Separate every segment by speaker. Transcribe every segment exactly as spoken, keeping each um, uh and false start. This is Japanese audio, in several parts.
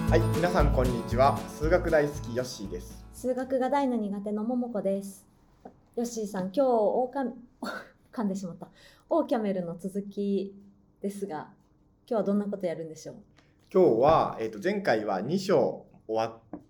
Speaker 1: はい、皆さんこんにちは。数学大好きヨッシーです。
Speaker 2: 数学が大の苦手のももこです。ヨッシーさん、今日オーカ噛んでしまったオーキャメルの続きですが、今日はどんなことやるんでしょう？
Speaker 1: 今日は、えー、と前回はに章終わって、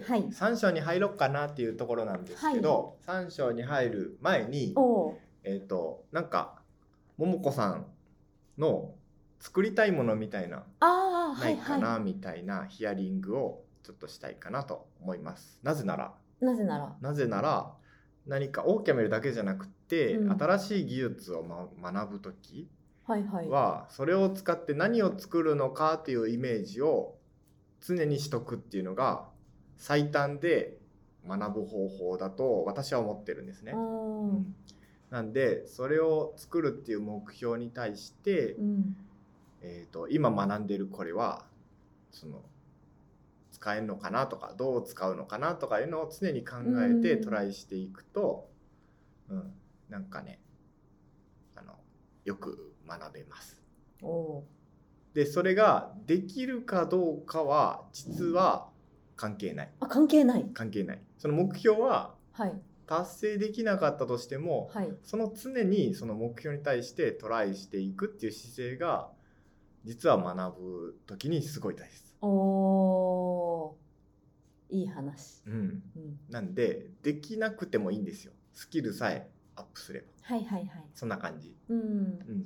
Speaker 2: はい、
Speaker 1: さん章に入ろうかなっていうところなんですけど、さん章に入る前に、
Speaker 2: お
Speaker 1: えっ、となんかももこさんの作りたいものみたいな
Speaker 2: あー、
Speaker 1: ないかな
Speaker 2: はいは
Speaker 1: みたいなヒアリングをちょっとしたいかなと思います。なぜなら
Speaker 2: い。なぜなら
Speaker 1: なぜなら何かオーキャメルだけじゃなくて、
Speaker 2: うん
Speaker 1: 新しい技術を、ま、学ぶとき
Speaker 2: はいはい
Speaker 1: はそれを使って何を作るのかっていうイメージを常にしとくっていうのが最短で学ぶ方法だと私は思ってるんですね。
Speaker 2: うん
Speaker 1: うん、なんでそれを作るっていう目標に対して、
Speaker 2: うん
Speaker 1: えーと、今学んでるこれはその使えるのかなとかどう使うのかなとかいうのを常に考えてトライしていくと、うん、なんかねあのよく学べます。
Speaker 2: お
Speaker 1: でそれができるかどうかは実は関係ない
Speaker 2: あ関係ない
Speaker 1: 関係ないその目標は
Speaker 2: はい
Speaker 1: 達成できなかったとしても、
Speaker 2: はい
Speaker 1: その常にその目標に対してトライしていくっていう姿勢が実は学ぶ時にすごい大切。
Speaker 2: おーいい話、
Speaker 1: うん
Speaker 2: うん、
Speaker 1: なんでできなくてもいいんですよ。スキルさえアップすれば。
Speaker 2: はいはいはい
Speaker 1: そんな感じ。
Speaker 2: うん、
Speaker 1: うん、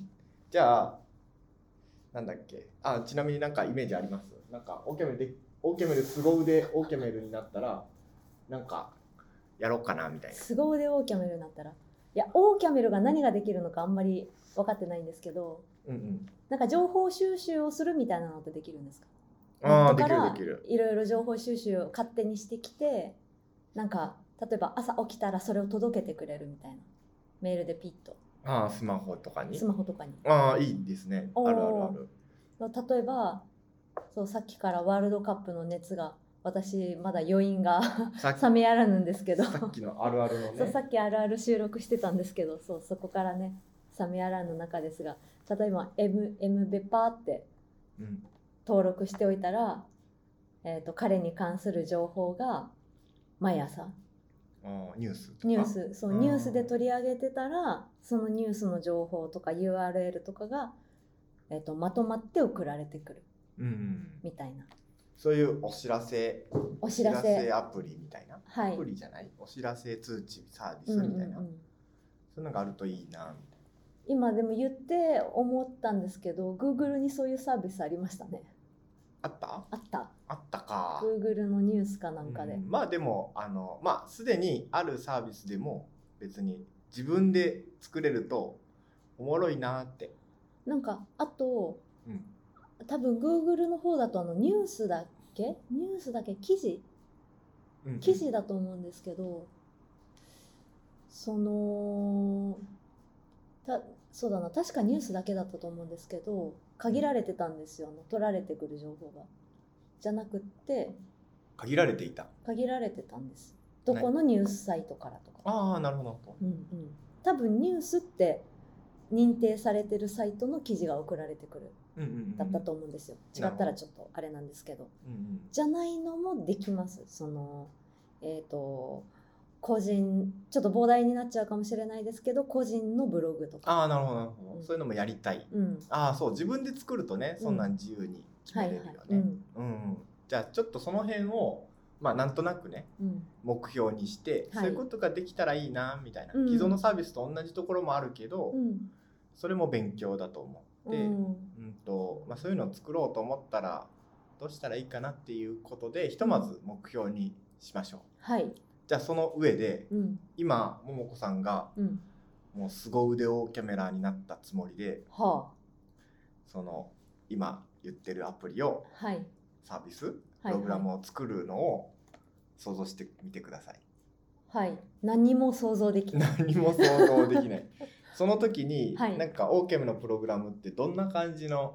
Speaker 1: じゃあなんだっけあちなみになんかイメージあります？なんかオーキャメルでオーキャメル凄腕オーキャメルになったらなんかやろうかなみたいな。
Speaker 2: 凄腕オーキャメルになったらいやオーキャメルが何ができるのかあんまり分かってないんですけど、
Speaker 1: うんうん、
Speaker 2: なんか情報収集をするみたいなのってできるんですか？
Speaker 1: ああできるできる。
Speaker 2: いろいろ情報収集を勝手にしてきて、なんか例えば朝起きたらそれを届けてくれるみたいな、メールでピッと
Speaker 1: ああスマホとかに
Speaker 2: スマホとかに
Speaker 1: ああいいですね。あるあるある。
Speaker 2: 例えばそうさっきからワールドカップの熱が私まだ余韻が冷めやらぬんですけど
Speaker 1: さっきのあるあるのね
Speaker 2: そうさっきあるある収録してたんですけど、そうそこからね冷めやらぬ中ですが、例えば M, M ベパーって登録しておいたら、うんえー、と彼に関する情報が毎朝
Speaker 1: あニュースとか
Speaker 2: ニュースそうニュースで取り上げてたら、そのニュースの情報とか ユーアールエル とかが、えー、とまとまって送られてくるみたいな、うん、
Speaker 1: そういうお知らせ
Speaker 2: お知らせ、お知らせ
Speaker 1: アプリみたいな、はい、アプリじゃないお知らせ通知サービスみたいな、うんうんうん、そういうのがあるといいなみたいな。
Speaker 2: 今でも言って思ったんですけど Google にそういうサービスありましたね。
Speaker 1: あった
Speaker 2: あった
Speaker 1: あったか
Speaker 2: Google のニュースかなんかで、
Speaker 1: うん、まあでもあのまあすでにあるサービスでも別に自分で作れるとおもろいなって
Speaker 2: なんかあと、
Speaker 1: うん、
Speaker 2: 多分 Google の方だとあのニュースだけニュースだけ記事、うん、記事だと思うんですけど、そのたそうだな確かニュースだけだったと思うんですけど限られてたんですよ、取られてくる情報がじゃなくって
Speaker 1: 限られていた
Speaker 2: 限られてたんです。どこのニュースサイトからとか。
Speaker 1: ああなるほど、
Speaker 2: うんうん、多分ニュースって認定されてるサイトの記事が送られてくる、うんうんうん、だったと思うんですよ。違ったらちょっとあれなんですけど、うんうん、じゃないのもできます。そのえっと個人ちょっと膨大になっちゃうかもしれないですけど個人のブログとか
Speaker 1: ああなるほどなるほど、うん、そういうのもやりたい、うん、ああそう自分で作るとねそんなん自由に決めれるよね、はいはいうんうん、じゃあちょっとその辺をまあなんとなくね、うん、目標にして、はい、そういうことができたらいいなみたいな、うん、既存のサービスと同じところもあるけど、うん、それも勉強だと思って、うんうんとまあ、そういうのを作ろうと思ったらどうしたらいいかなっていうことでひとまず目標にしましょう、はいじゃあその上で、うん、今ももこさんが、うん、もう凄腕オーキャメラーになったつもりで、はあ、その今言ってるアプリを、はい、サービス、プログラムを作るのを想像してみてください。
Speaker 2: はい、何も想像できない。
Speaker 1: 何も想像できない。その時に、はい、なんかオーキャメのプログラムってどんな感じの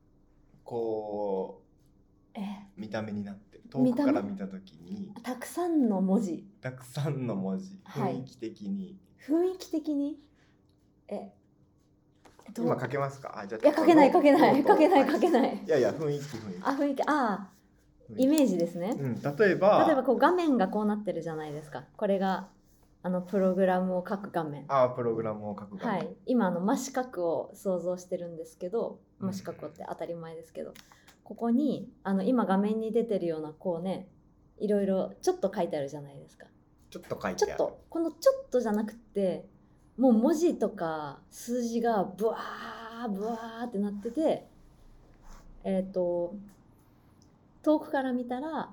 Speaker 1: こう見た目になって遠くから見た時に
Speaker 2: たくさんの文字
Speaker 1: たくさんの文字雰囲気的に、
Speaker 2: はい、雰囲気的にえ
Speaker 1: 今書けますか？あじゃあ
Speaker 2: いや書けない書けない書けない書けない
Speaker 1: いやいや雰囲気雰囲気
Speaker 2: あ雰囲気あイメージですね、
Speaker 1: うん、例えば
Speaker 2: 例えばこう画面がこうなってるじゃないですか。これがあのプログラムを書く画面。
Speaker 1: あプログラムを書く画面、
Speaker 2: はい、今あの真四角を想像してるんですけど、真四角って当たり前ですけど、ここにあの今画面に出てるようなこうね、いろいろちょっと書いてあるじゃないですか。
Speaker 1: ちょっと書いてある。
Speaker 2: ちょっとこのちょっとじゃなくて、もう文字とか数字がブワーブワーってなってて、えっと遠くから見たら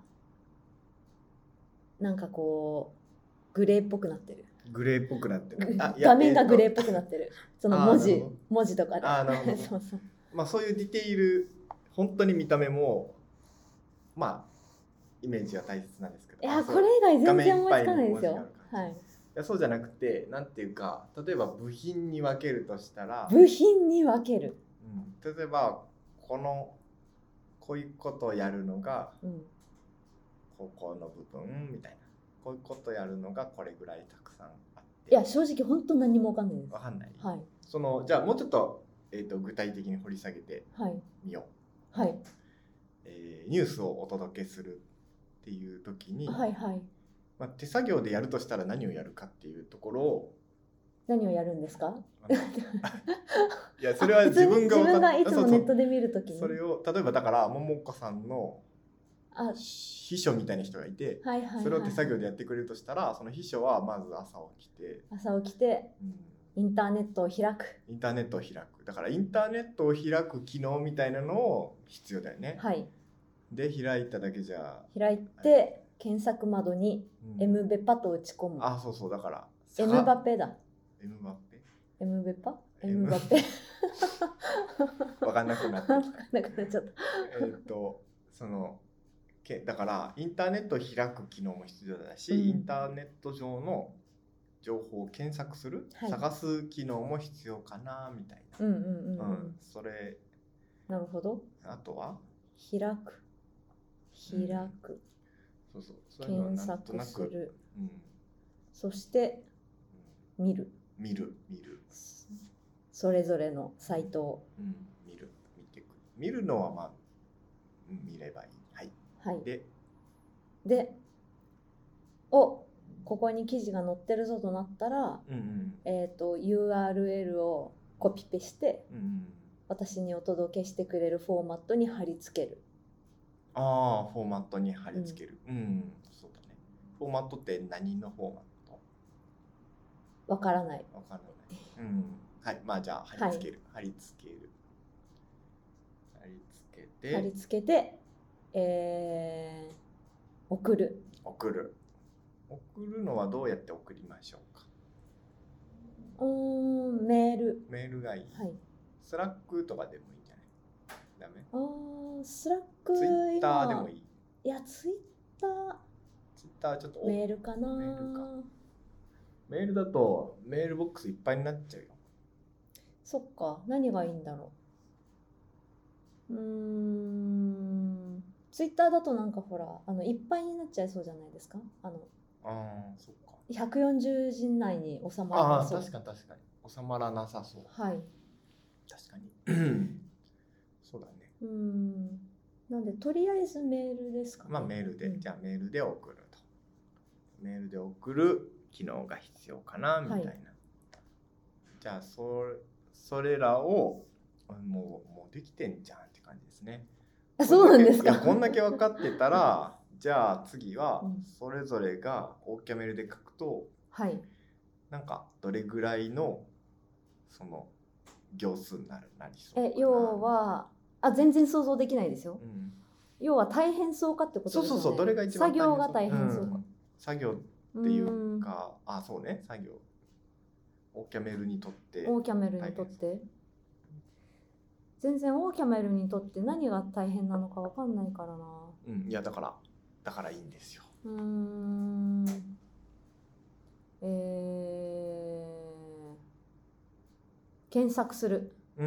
Speaker 2: なんかこうグレーっぽくなってる。
Speaker 1: グレーっぽくなってる。
Speaker 2: あ画面がグレーっぽくなってる。その文字文字とかで。
Speaker 1: あなるほどそうそう。まあそういうディティール、本当に見た目もまあイメージは大切なんですけど。
Speaker 2: いやこれ以外全然思いつかないですよ。はい。
Speaker 1: いやそうじゃなくて、なんていうか、例えば部品に分けるとしたら。
Speaker 2: 部品に分ける。
Speaker 1: うん、例えばこのこういうことをやるのが、うん、ここの部分みたいな。こういうことやるのがこれぐらいたくさんあって。
Speaker 2: いや正直本当何にも分かんないです。
Speaker 1: 分かんない。
Speaker 2: はい。
Speaker 1: そのじゃあもうちょっと、えーと、具体的に掘り下げてみよ
Speaker 2: う。はい。
Speaker 1: えー、ニュースをお届けするっていう時に、
Speaker 2: はいはい。
Speaker 1: まあ、手作業でやるとしたら何をやるかっていうところを。
Speaker 2: 何をやるんですか？
Speaker 1: いやそれは自分が
Speaker 2: 自分がいつもネットで見るときに
Speaker 1: それを例えばだから桃子さんの秘書みたいな人がいて、
Speaker 2: はいはいはい、
Speaker 1: それを手作業でやってくれるとしたら、その秘書はまず朝起きて
Speaker 2: 朝起きて、うん、インターネットを開く
Speaker 1: インターネットを開くだからインターネットを開く機能みたいなのを必要だよね。
Speaker 2: はい。で
Speaker 1: 開いただけじゃ
Speaker 2: 開いて、はい、検索窓にエムベパと打ち込む、うん、
Speaker 1: あそうそうだから
Speaker 2: エムバペだ
Speaker 1: エムバペ
Speaker 2: エムベパエムバペ
Speaker 1: 分かんなくなってきた
Speaker 2: 分かんなくなっちゃった
Speaker 1: えっとそのけだからインターネットを開く機能も必要だし、うん、インターネット上の情報を検索する、はい、探す機能も必要かなみたいな。
Speaker 2: うんうんうん、うん、
Speaker 1: それ
Speaker 2: なるほど。
Speaker 1: あとは
Speaker 2: 開く開く、
Speaker 1: うん、そうそう
Speaker 2: 検索する、うん、そして、うん、見る
Speaker 1: 見る見る
Speaker 2: それぞれのサイトを、
Speaker 1: うん、見る見てくる見るのはまあ見ればいい。はい。
Speaker 2: はい、
Speaker 1: で
Speaker 2: でおここに記事が載ってるぞとなったら、うんうん、えーと、ユーアールエル をコピペして、うんうん、私にお届けしてくれるフォーマットに貼り付ける。
Speaker 1: ああフォーマットに貼り付ける。うん、うん、そうだね。フォーマットって何のフォーマット？
Speaker 2: わからない。
Speaker 1: わからない。うん。はい。まあじゃあ貼り付ける。はい、貼り付ける。貼り付けて。
Speaker 2: 貼り付けて、えー、送る。
Speaker 1: 送る。送るのはどうやって送りましょうか？
Speaker 2: うーん、メール。
Speaker 1: メールがいい。
Speaker 2: はい。
Speaker 1: スラックとかでもいいんじゃない？ダメ？
Speaker 2: ああ、スラック。
Speaker 1: ツイッターでもいい。
Speaker 2: いや、ツイッター。
Speaker 1: ツイッターちょっと
Speaker 2: メールかな。
Speaker 1: メールか。メールだとメールボックスいっぱいになっちゃうよ。
Speaker 2: そっか。何がいいんだろう。うーん。ツイッターだとなんかほらあのいっぱいになっちゃいそうじゃないですか。あの
Speaker 1: ああそっか。
Speaker 2: ひゃくよんじゅうじ内に収まらなそう。
Speaker 1: ああ確かに確かに収まらなさそう。
Speaker 2: はい。
Speaker 1: 確かに。そうだね。
Speaker 2: うん。なんでとりあえずメールですかね。
Speaker 1: まあメールで、うん、じゃあメールで送ると。メールで送る機能が必要かなみたいな。はい、じゃあそそれらをもうもうできてんじゃんって感じですね。
Speaker 2: そうなんですか。
Speaker 1: いやこんだけ分かってたらじゃあ次はそれぞれがオーキャメルで書くと、
Speaker 2: はい、
Speaker 1: なんかどれぐらいのその行数になるなりそうかな。
Speaker 2: え要はあ全然想像できないですよ。うん、要は大変そうかってことですよね。
Speaker 1: そうそうそうどれが一番
Speaker 2: 大変作業が大変そうか。うん、
Speaker 1: 作業っていうかうあそうね作業オーキャメルにとって
Speaker 2: オーキャメルにとって全然オーキャメルにとって何が大変なのか分かんないからな。
Speaker 1: うん、いやだからだからいいんですよ。
Speaker 2: うーんえー、検索する、
Speaker 1: うん、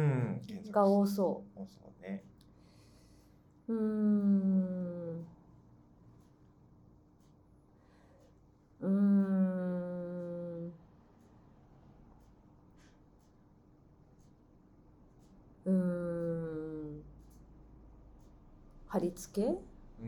Speaker 1: 検索
Speaker 2: が多そう。
Speaker 1: 多そうね。
Speaker 2: うーんうーんうーん貼り付け
Speaker 1: うん、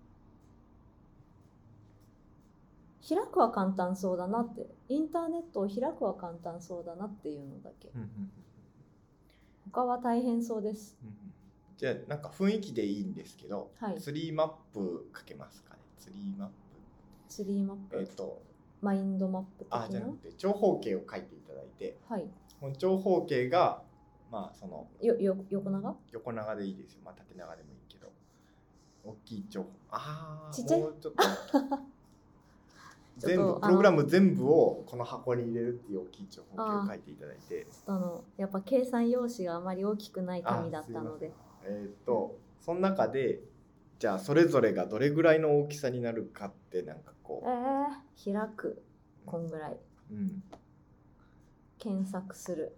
Speaker 2: 開くは簡単そうだなって、インターネットを開くは簡単そうだなっていうのだけ、うんうん、他は大変そうです、
Speaker 1: うんうん、じゃあなんか雰囲気でいいんですけど、はい、ツリーマップかけますかね。ツリーマップ
Speaker 2: ツリーマップ、
Speaker 1: えっ、ー、と
Speaker 2: マインドマップ的な、
Speaker 1: あじゃなくて長方形を書いていただいて、
Speaker 2: はい、
Speaker 1: この長方形がまあその
Speaker 2: よよ横長
Speaker 1: 横長でいいですよ、まあ、縦長でもいいけど、大きい長方ああ
Speaker 2: ちっちゃい
Speaker 1: もうちょっと全部プログラム全部をこの箱に入れるっていう大きい長方形を書いていただいて、
Speaker 2: あのやっぱ計算用紙があまり大きくない紙だったので、
Speaker 1: えっ、ー、とその中でじゃあそれぞれがどれぐらいの大きさになるかってなんかこう、
Speaker 2: えー、開くこんぐらい、うん、検索する、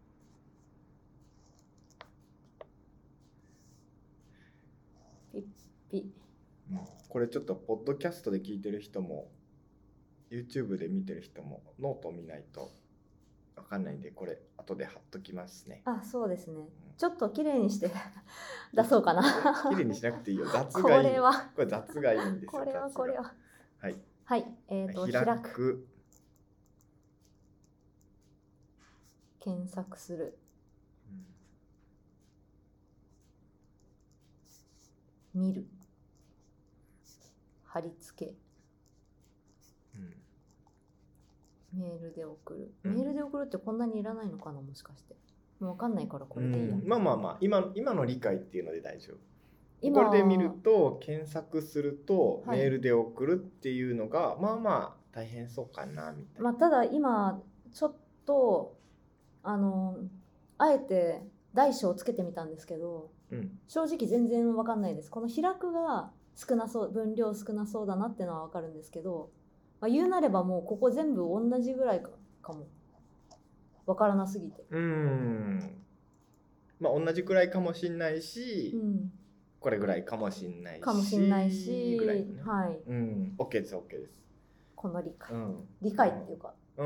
Speaker 2: ピッピ、
Speaker 1: うん、これちょっとポッドキャストで聞いてる人も YouTube で見てる人もノートを見ないと分かんないんで、これ後で貼っときますね。
Speaker 2: あ、そうですね、うん、ちょっと綺麗にして出そうかな
Speaker 1: 綺麗にしなくていいよ、雑がいい、
Speaker 2: これは
Speaker 1: これ雑がいいんですよ。
Speaker 2: これはこれは
Speaker 1: はい、
Speaker 2: はい、えーと
Speaker 1: 開く、開く、
Speaker 2: 検索する、うん、見る、貼り付け、うん、メールで送る、うん、メールで送るってこんなにいらないのかな、もしかしてもう分かんないからこれでいいや、
Speaker 1: うん、まあまあまあ 今, 今の理解っていうので大丈夫。今これで見ると検索するとメールで送るっていうのが、はい、まあまあ大変そうかなみたいな、
Speaker 2: まあ、ただ今ちょっとあのあえて大小つけてみたんですけど、うん、正直全然分かんないです。この開くが少なそう、分量少なそうだなっていうのは分かるんですけど、まあ、言うなればもうここ全部同じぐらい か, かも分からなすぎて、
Speaker 1: うーん、まあ同じくらいかもしんないし、うん、これぐらいかもしんないし
Speaker 2: かもしんないし
Speaker 1: ぐらい、ね、
Speaker 2: はい、
Speaker 1: うん、OK です OK です。
Speaker 2: この理解、うん、理解っていうか、うん、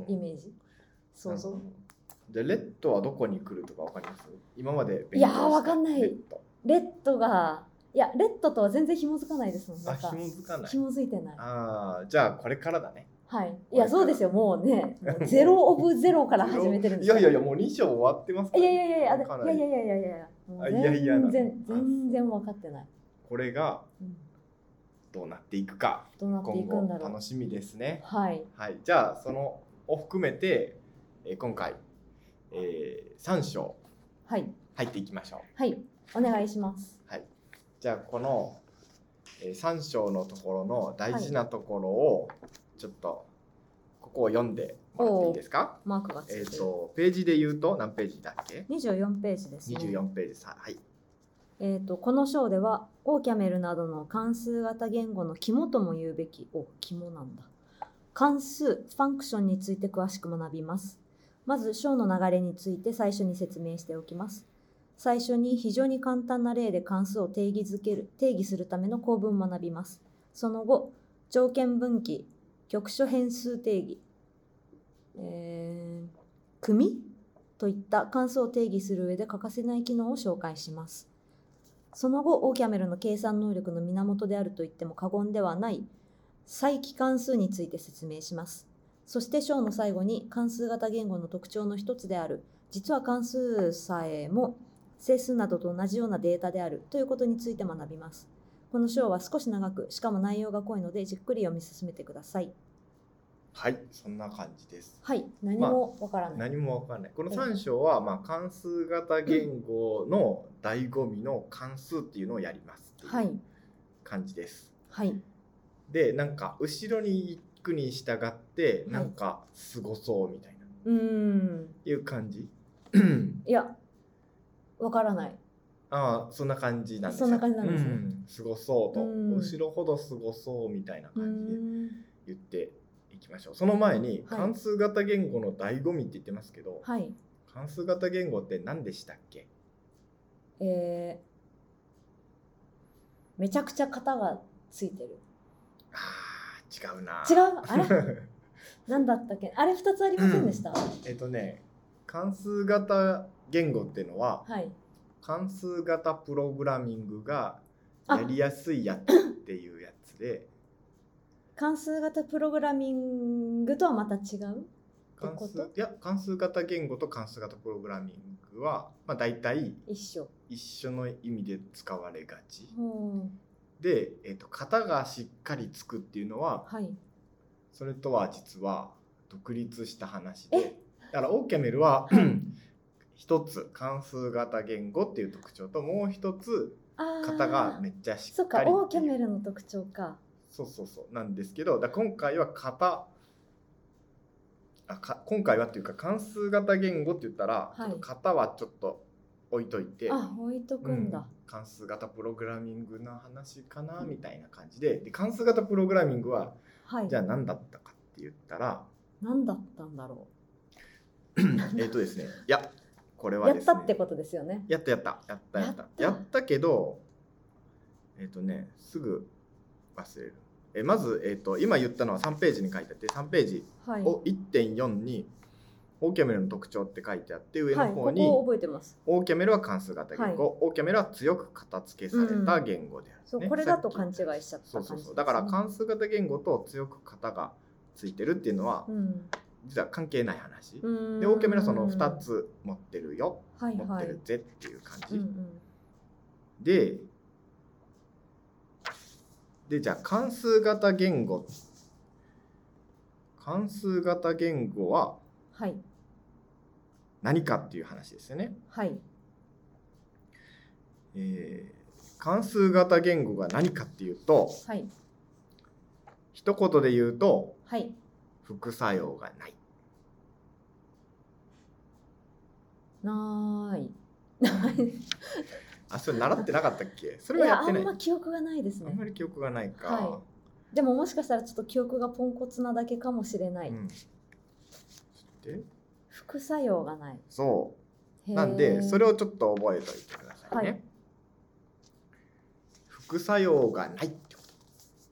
Speaker 2: イメージ想像、
Speaker 1: じゃあレッドはどこに来るとか分かります？今まで
Speaker 2: 勉強した。いや分かんない。レッド、レッドがいやレッドとは全然紐づかないですもん。
Speaker 1: あ、紐づかない。
Speaker 2: 紐づいてない。
Speaker 1: ああ、じゃあこれからだね。
Speaker 2: はい。いやそうですよ、もうね、もうゼロオブゼロから始めてるんです
Speaker 1: いやいやいや、もうに章終わってますから、
Speaker 2: ね。いやいやいやいやいやいやいやいやいやいやもう全然いやいや全然分かってない。
Speaker 1: これがどうなっていくか、
Speaker 2: どうなっていくんだろう。
Speaker 1: 楽しみですね。
Speaker 2: はい。
Speaker 1: はい。じゃあそのを含めて、えー、今回、えー、さん章入っていきましょう。
Speaker 2: はい。お願いします。
Speaker 1: はい。じゃあこの、えー、さん章のところの大事なところをちょっとここを読んでもらっていいですか？
Speaker 2: マークがついてる。
Speaker 1: えっとページで言うと何ページだっけ？
Speaker 2: にじゅうよんページですね。
Speaker 1: にじゅうよんページさ、はい。
Speaker 2: えーと、この章ではオーキャメルなどの関数型言語の肝とも言うべきお肝なんだ関数ファンクションについて詳しく学びます。まず章の流れについて最初に説明しておきます。最初に非常に簡単な例で関数を定義づける定義するための構文を学びます。その後条件分岐、局所変数定義、えー、組といった関数を定義する上で欠かせない機能を紹介します。その後、オーキャメルの計算能力の源であると言っても過言ではない再帰関数について説明します。そして章の最後に関数型言語の特徴の一つである、実は関数さえも整数などと同じようなデータであるということについて学びます。この章は少し長く、しかも内容が濃いのでじっくり読み進めてください。
Speaker 1: はい、そんな感じです。
Speaker 2: はい、何もわからない、
Speaker 1: まあ、何もわからない。このさん章は、まあ、関数型言語の醍醐味の関数っていうのをやりますっていう感じです。
Speaker 2: はい。
Speaker 1: で、なんか後ろに行くに従ってなんかすごそうみたいな、
Speaker 2: うーん
Speaker 1: いう感じ。
Speaker 2: いや、わからない。
Speaker 1: ああ、そんな感じなんですよ。
Speaker 2: そんな感じなんですね。うん、
Speaker 1: すごそうと、後ろほどすごそうみたいな感じで言っていきましょう。その前に、はい、関数型言語の醍醐味って言ってますけど、はい、関数型言語って何でしたっけ？
Speaker 2: えー、めちゃくちゃ型がついてる。
Speaker 1: あー、違うな。
Speaker 2: 違う、あれ何だったっけ？あれふたつありませんでした？うん、
Speaker 1: えっとね、関数型言語っていうのは、はい、関数型プログラミングがやりやすいやつっていうやつで、
Speaker 2: 関数型プログラミングとはまた違う
Speaker 1: 関数いや関数型言語と関数型プログラミングは、まあ、大体
Speaker 2: 一緒
Speaker 1: 一緒の意味で使われがち、
Speaker 2: うん、
Speaker 1: で、えーと、型がしっかりつくっていうのは、
Speaker 2: はい、そ
Speaker 1: れとは実は独立した話で、だからオーキャメルは一つ関数型言語っていう特徴と、もう一つ型がめっちゃしっかり、
Speaker 2: そうか、オーキャメルの特徴か。
Speaker 1: そうそうそうなんですけど、だ今回は型あか今回はっていうか関数型言語って言ったら、はい、ちょっと型はちょっと置いといて、
Speaker 2: あ置いとくんだ、うん、
Speaker 1: 関数型プログラミングの話かなみたいな感じで、で関数型プログラミングは、はい、じゃあ何だったかって言ったら
Speaker 2: 何だったんだろ
Speaker 1: うえっとですねいやこれはですね
Speaker 2: やったってことですよね。
Speaker 1: やったやったやったやったやったけどえっとねすぐ忘れる。えまず、えー、と今言ったのはさんページに書いてあって、さんページを いってんよん にオーキャメルの特徴って書いてあって、上の方に、はい、ここ覚えてます。オーキャメルは関数型言語、はい、オーキャメルは強く型付けされた言語である、ね、
Speaker 2: うん、そうこれだと勘違いしちゃった感じですね。
Speaker 1: そうそうそうだから関数型言語と強く型がついてるっていうのは、うん、実は関係ない話で、オーキャメルはそのふたつ持ってるよ、はいはい、持ってるぜっていう感じ、うんうん、ででじゃあ関数型言語関数型言語は何かっていう話ですよね。はい。えー、関数型言語が何かっていうと、はい、一言で言うと、はい、副作用がない。
Speaker 2: なーい。
Speaker 1: あ、それ習ってなかったっけ？それはやってない。
Speaker 2: いや、あんま記憶がないですね。
Speaker 1: あんまり記憶がないか。
Speaker 2: はい、でももしかしたらちょっと記憶がポンコツなだけかもしれない。うん、で副作用がない。
Speaker 1: そう。なんでそれをちょっと覚えておいてくださいね。はい、副作用がないってこと。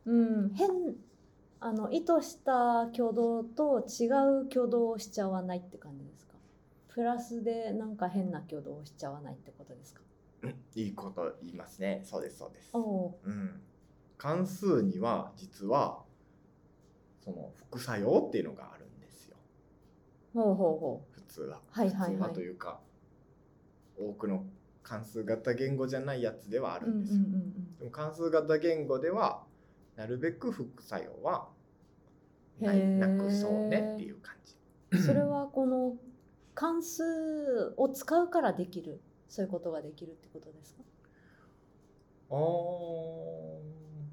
Speaker 2: うん、変あの意図した挙動と違う挙動をしちゃわないって感じですか？プラスでなんか変な挙動をしちゃわないってことですか？
Speaker 1: うん、いいこと言いますね。そうですそうです。おうん、関数には実はその副作用っていうのがあるんですよ。
Speaker 2: ほうほうほう。
Speaker 1: 普通は。
Speaker 2: はいはいはい。
Speaker 1: 普通はというか多くの関数型言語じゃないやつではあるんですよ。うんうんうんうん、でも関数型言語ではなるべく副作用はなくそうねっていう感
Speaker 2: じ。それはこの関数を使うからできる、そういうことができるってことですか？
Speaker 1: あーオ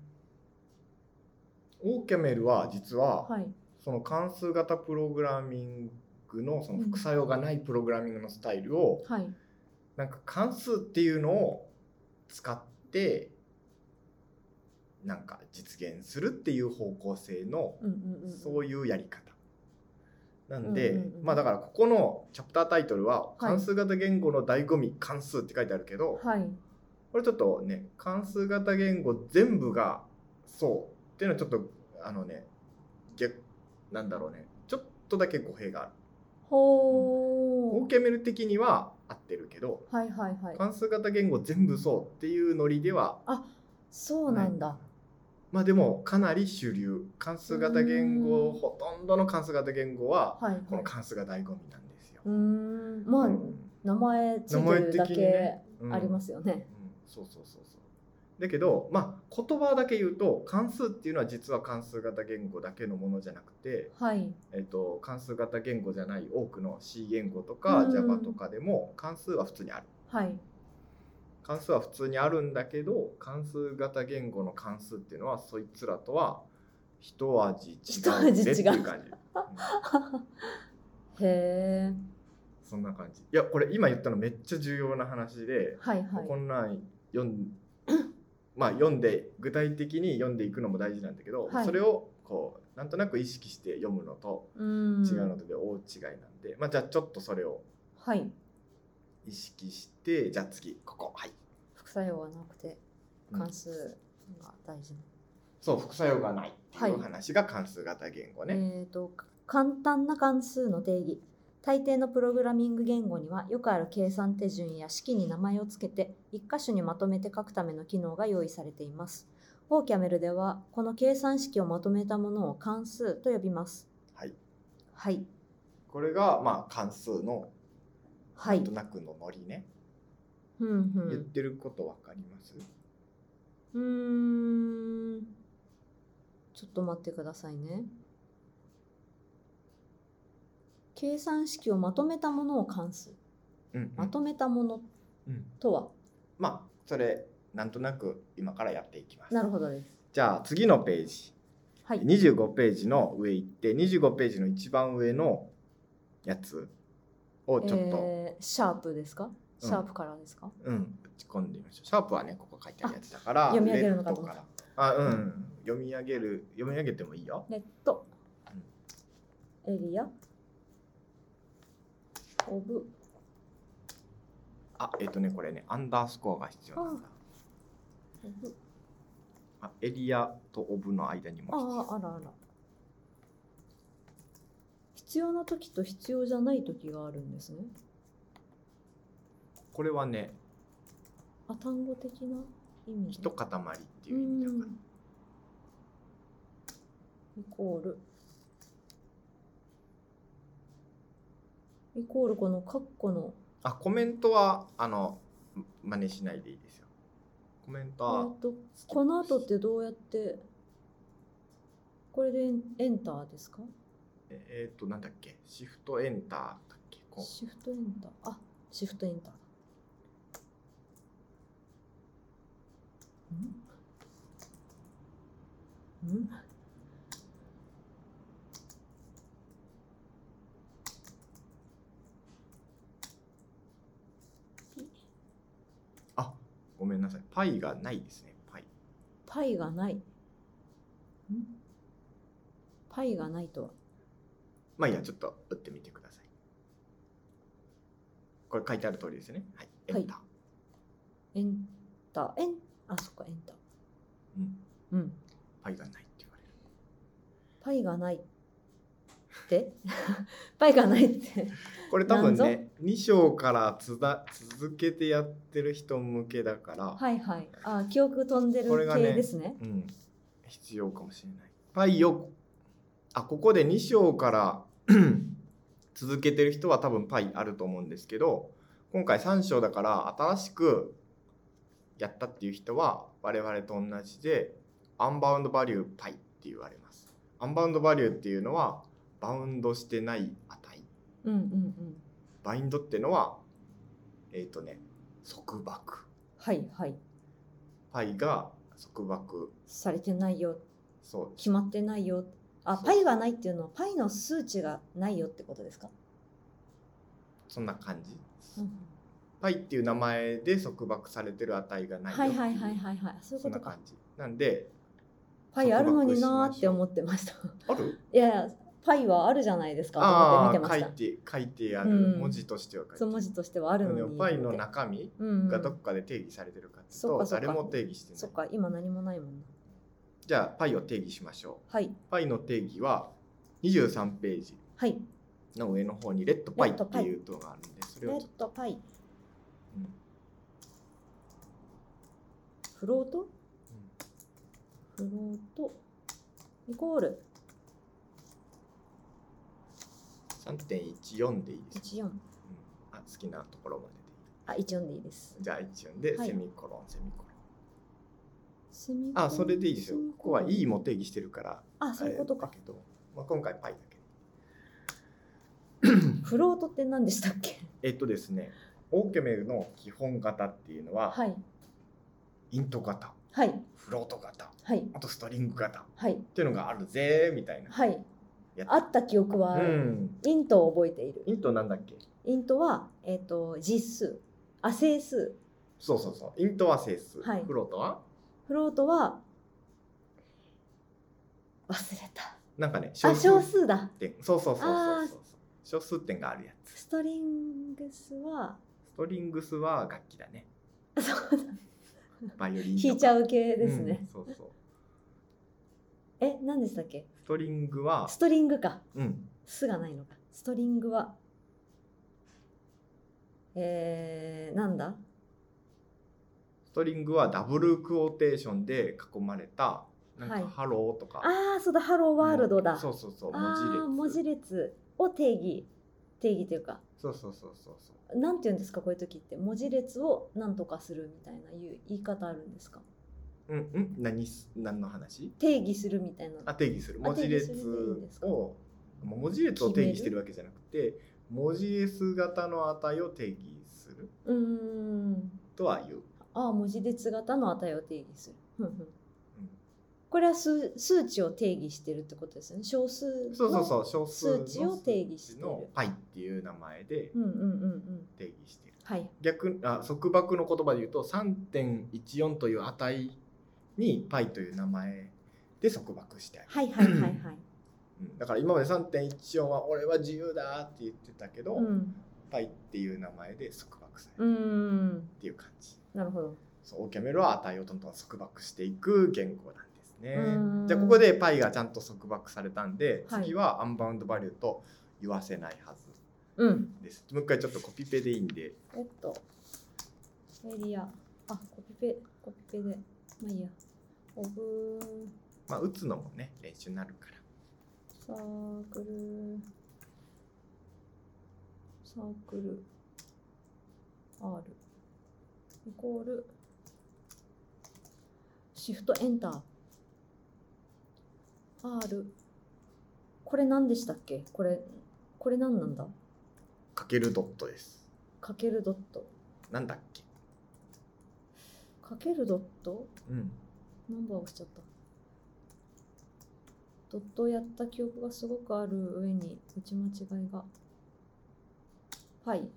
Speaker 1: ーキャメルは実は、はい、その関数型プログラミングのその副作用がないプログラミングのスタイルを、うんはい、なんか関数っていうのを使ってなんか実現するっていう方向性の、うんうんうん、そういうやり方なんで、うんうんうん、まあだからここのチャプタータイトルは関数型言語の醍醐味、関数って書いてあるけど、はい、これちょっとね関数型言語全部がそうっていうのはちょっとあのね逆なんだろうねちょっとだけ語弊がある。ほー、うん、オーキャメル的には合ってるけど、はいはいはい、関数型言語全部そうっていうノリでは
Speaker 2: あそうなんだ。
Speaker 1: まあでもかなり主流関数型言語ほとんどの関数型言語はこの関数が醍醐味なんですよ。
Speaker 2: うーんまあ、うん、名前ついてるだけありますよね。うんうん、
Speaker 1: そうそうそうそうだけどまあ言葉だけ言うと関数っていうのは実は関数型言語だけのものじゃなくて、はいえー、と関数型言語じゃない多くの C 言語とか Java とかでも関数は普通にある。はい関数は普通にあるんだけど関数型言語の関数っていうのはそいつらとは一味違うねっていう感じ。うん、へえ。そんな感じ。いやこれ今言ったのめっちゃ重要な話で、はいはい、こんなん読んまあ読んで具体的に読んでいくのも大事なんだけど、はい、それをこうなんとなく意識して読むのと違うので大違いなんで、まあじゃあちょっとそれを意識して、はい、じゃあ次ここはい
Speaker 2: 副作用がなくて関数が大事な、うん、
Speaker 1: そう副作用がないっていう話が関数型言語ね、
Speaker 2: はい、えーと簡単な関数の定義大抵のプログラミング言語にはよくある計算手順や式に名前をつけて一箇所にまとめて書くための機能が用意されています。オーキャメルではこの計算式をまとめたものを関数と呼びます。
Speaker 1: はい。
Speaker 2: はい。
Speaker 1: これがまあ関数の
Speaker 2: はい、
Speaker 1: なんとなくのノリね。
Speaker 2: うんうん、
Speaker 1: 言ってることわかります？
Speaker 2: うーん。ちょっと待ってくださいね。計算式をまとめたものを関数。うんうん、まとめたものとは、うん、
Speaker 1: まあそれなんとなく今からやっていきます。
Speaker 2: なるほどです。
Speaker 1: じゃあ次のページ、はい、にじゅうごページの上行ってにじゅうごページの一番上のやつをちょっと、
Speaker 2: えー、シャープですか？シャープからですか？
Speaker 1: うん、うん、打ち込んでみましょう。シャープはねここ書いてあるやつだから
Speaker 2: 読み上げるのかと思った。
Speaker 1: あ、うん、読み上げる読み上げてもいいよ。
Speaker 2: レッド、うん、エリアオブ、
Speaker 1: あ、えっ、ー、とねこれねアンダースコアが必要なんだ。あ、あエリアとオブの間にも必要。
Speaker 2: ああ、あらあら。必要な時と必要じゃない時があるんですね。
Speaker 1: これはね、
Speaker 2: あ、単語的な意味。
Speaker 1: 一塊っていう意味だから。
Speaker 2: イコールイコールこのカッコの。
Speaker 1: あ、コメントはあの真似しないでいいですよ。コメントは、
Speaker 2: えー、とこの後ってどうやってこれでエンターですか？
Speaker 1: えっ、ー、となんだっけ、シフトエンターだっけ。こう
Speaker 2: シフトエンター、あ、シフトエンター。ん？ん？
Speaker 1: あ、ごめんなさい。パイがないですね。パイ。
Speaker 2: パイがない。ん？パイがないとは。
Speaker 1: まあいいや、ちょっと打ってみてください。これ書いてある通りですね。はい。エンター。はい、
Speaker 2: エンター。エン、あ、そっか、エンター。うん。うん。
Speaker 1: パイがないって言われる。
Speaker 2: パイがないってパイがないって
Speaker 1: これ多分ね、に章からつだ続けてやってる人向けだから。
Speaker 2: はいはい。あ、記憶飛んでる系ですね。
Speaker 1: うん。必要かもしれない。パイを、あ、ここでに章から続けてる人は多分パイあると思うんですけど、今回さん章だから新しくやったっていう人は我々と同じでアンバウンドバリューパイって言われます。アンバウンドバリューっていうのはバウンドしてない値。
Speaker 2: うんうんうん。
Speaker 1: バインドっていうのはえっ、ー、とね束縛。
Speaker 2: はいはい。
Speaker 1: パイが束縛
Speaker 2: されてないよ。
Speaker 1: そう。
Speaker 2: 決まってないよ。あ、パイがないっていうのはパイの数値がないよってことですか？
Speaker 1: そんな感じ。
Speaker 2: うん、
Speaker 1: パイっていう名前で束縛されてる値がないよ。
Speaker 2: はいはいはいはいはい。そういうことか。
Speaker 1: そんな感じ。なんで
Speaker 2: パイあるのになーって思ってました。
Speaker 1: ある？
Speaker 2: いやいや、パイはあるじゃないですかと思って見てました。
Speaker 1: 書いて書いてある、文字としては書いてある。
Speaker 2: そう、文字としてはあるのに。
Speaker 1: パイの中身がどこかで定義されてるかっていうと、誰も定義してない。
Speaker 2: そっか、今何もないもんな。
Speaker 1: じゃあパイを定義しましょう。
Speaker 2: はい。
Speaker 1: パイの定義はにじゅうさんページの上の方にレッドパイっていうのがあるんで、それを
Speaker 2: レッドパイ。
Speaker 1: うん、
Speaker 2: フロート、うん、フロートイコール
Speaker 1: さんてんいちよん でいいです。
Speaker 2: いちよん、うん、
Speaker 1: あ、好きなところまででいい。
Speaker 2: あ、いちよんでいいです。
Speaker 1: じゃあいちよんでセミコロン、はい、セミコロン。
Speaker 2: セミコロン。
Speaker 1: あ、それでいいですよ。ここは E も定義してるから。
Speaker 2: あ、そういうことか。
Speaker 1: だけど、まあ、今回パイだけ。
Speaker 2: フロートって何でしたっけ？
Speaker 1: えっとですね、オーキャメルの基本型っていうのは、はい、イント型、はい、フロート型、はい、あとストリング型、はい、っていうのがあるぜみたいな。はい。
Speaker 2: あった記憶はある。うん、イントを覚えている。
Speaker 1: イントなんだっけ？
Speaker 2: イントは、えっと、実数、あ、整数。
Speaker 1: そうそうそう。イントは整数。はい、フロートは？
Speaker 2: フロートは忘れた。
Speaker 1: なんかね、
Speaker 2: 小数。あ、小数だ。
Speaker 1: そうそうそうそうそう。小数点があるやつ。
Speaker 2: ストリングスは
Speaker 1: ストリングスは楽器だね。
Speaker 2: そうだ。
Speaker 1: バイオリン
Speaker 2: 弾いちゃう系ですね。
Speaker 1: うん、そうそう。
Speaker 2: え、何でしたっけ？
Speaker 1: ストリングは
Speaker 2: ストリングか。
Speaker 1: うん。
Speaker 2: スがないのか。ストリングはえー、なんだ
Speaker 1: ストリングはダブルクオーテーションで囲まれたなんかハローとか、
Speaker 2: はい、ああそうだハローワールドだ、
Speaker 1: そうそうそう
Speaker 2: 文字列文字列を定義定義というか
Speaker 1: そうそうそうそうそう
Speaker 2: なんて言うんですかこういう時って文字列を何とかするみたいないう言い方あるんですか。
Speaker 1: うんうん何何の話？
Speaker 2: 定義するみたいな。
Speaker 1: あ定義する文字列を文字列を定義してるわけじゃなくて文字列型の値を定義する
Speaker 2: うーん
Speaker 1: とは言う。
Speaker 2: ああ文字列型の値を定義する。うんうんこれは 数, 数値を定義してるってことですよね。小数の数値を定義してる。
Speaker 1: の パイ っていう名前で定義してる。
Speaker 2: はい、
Speaker 1: 逆あ束縛の言葉で言うと さんてんいちよん という値に パイ という名前で束縛してある。
Speaker 2: はいはいはいはい。
Speaker 1: だから今まで さんてんいちよん は俺は自由だって言ってたけど、うん、パイ っていう名前で束縛されるっていう感じ。
Speaker 2: なるほど。
Speaker 1: そう、オーキャメルは値をどんどん束縛していく言語なんですね。じゃあここで パイ がちゃんと束縛されたんで、はい、次はアンバウンドバリューと言わせないはずです。うん、もう一回ちょっとコピペでいいんで。
Speaker 2: えっとエリアあコピペコピペでまあいいや。オブ
Speaker 1: まあ打つのもね練習になるから。
Speaker 2: サークルサークル R イコールシフトエンター R これ何でしたっけ。これこれ何なんだ。
Speaker 1: かけるドットです。
Speaker 2: かけるドット
Speaker 1: なんだっけ。
Speaker 2: かけるドット
Speaker 1: うん
Speaker 2: ナンバー押しちゃった。ドットをやった記憶がすごくある上に打ち間違いが。パイ。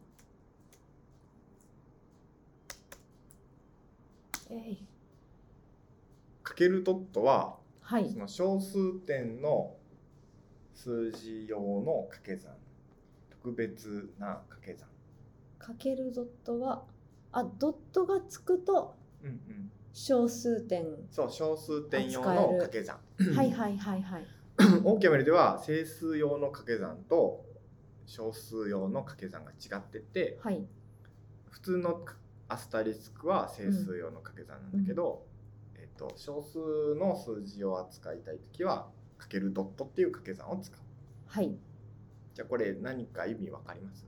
Speaker 2: えい。
Speaker 1: かけるドットは、
Speaker 2: はい、
Speaker 1: その小数点の数字用の掛け算。特別な掛け算。
Speaker 2: かけるドットは、あ、ドットがつくと、うんうん、小数点。
Speaker 1: そう、小数点用の掛け算。
Speaker 2: はいはいはいはい。
Speaker 1: オーキャメルでは整数用の掛け算と小数用の掛け算が違ってて、はい、普通のアスタリスクは整数用の掛け算なんだけど、うんえー、と小数の数字を扱いたいときはかけるドットっていう掛け算を使う。はい。じゃあこれ何か意味わかります？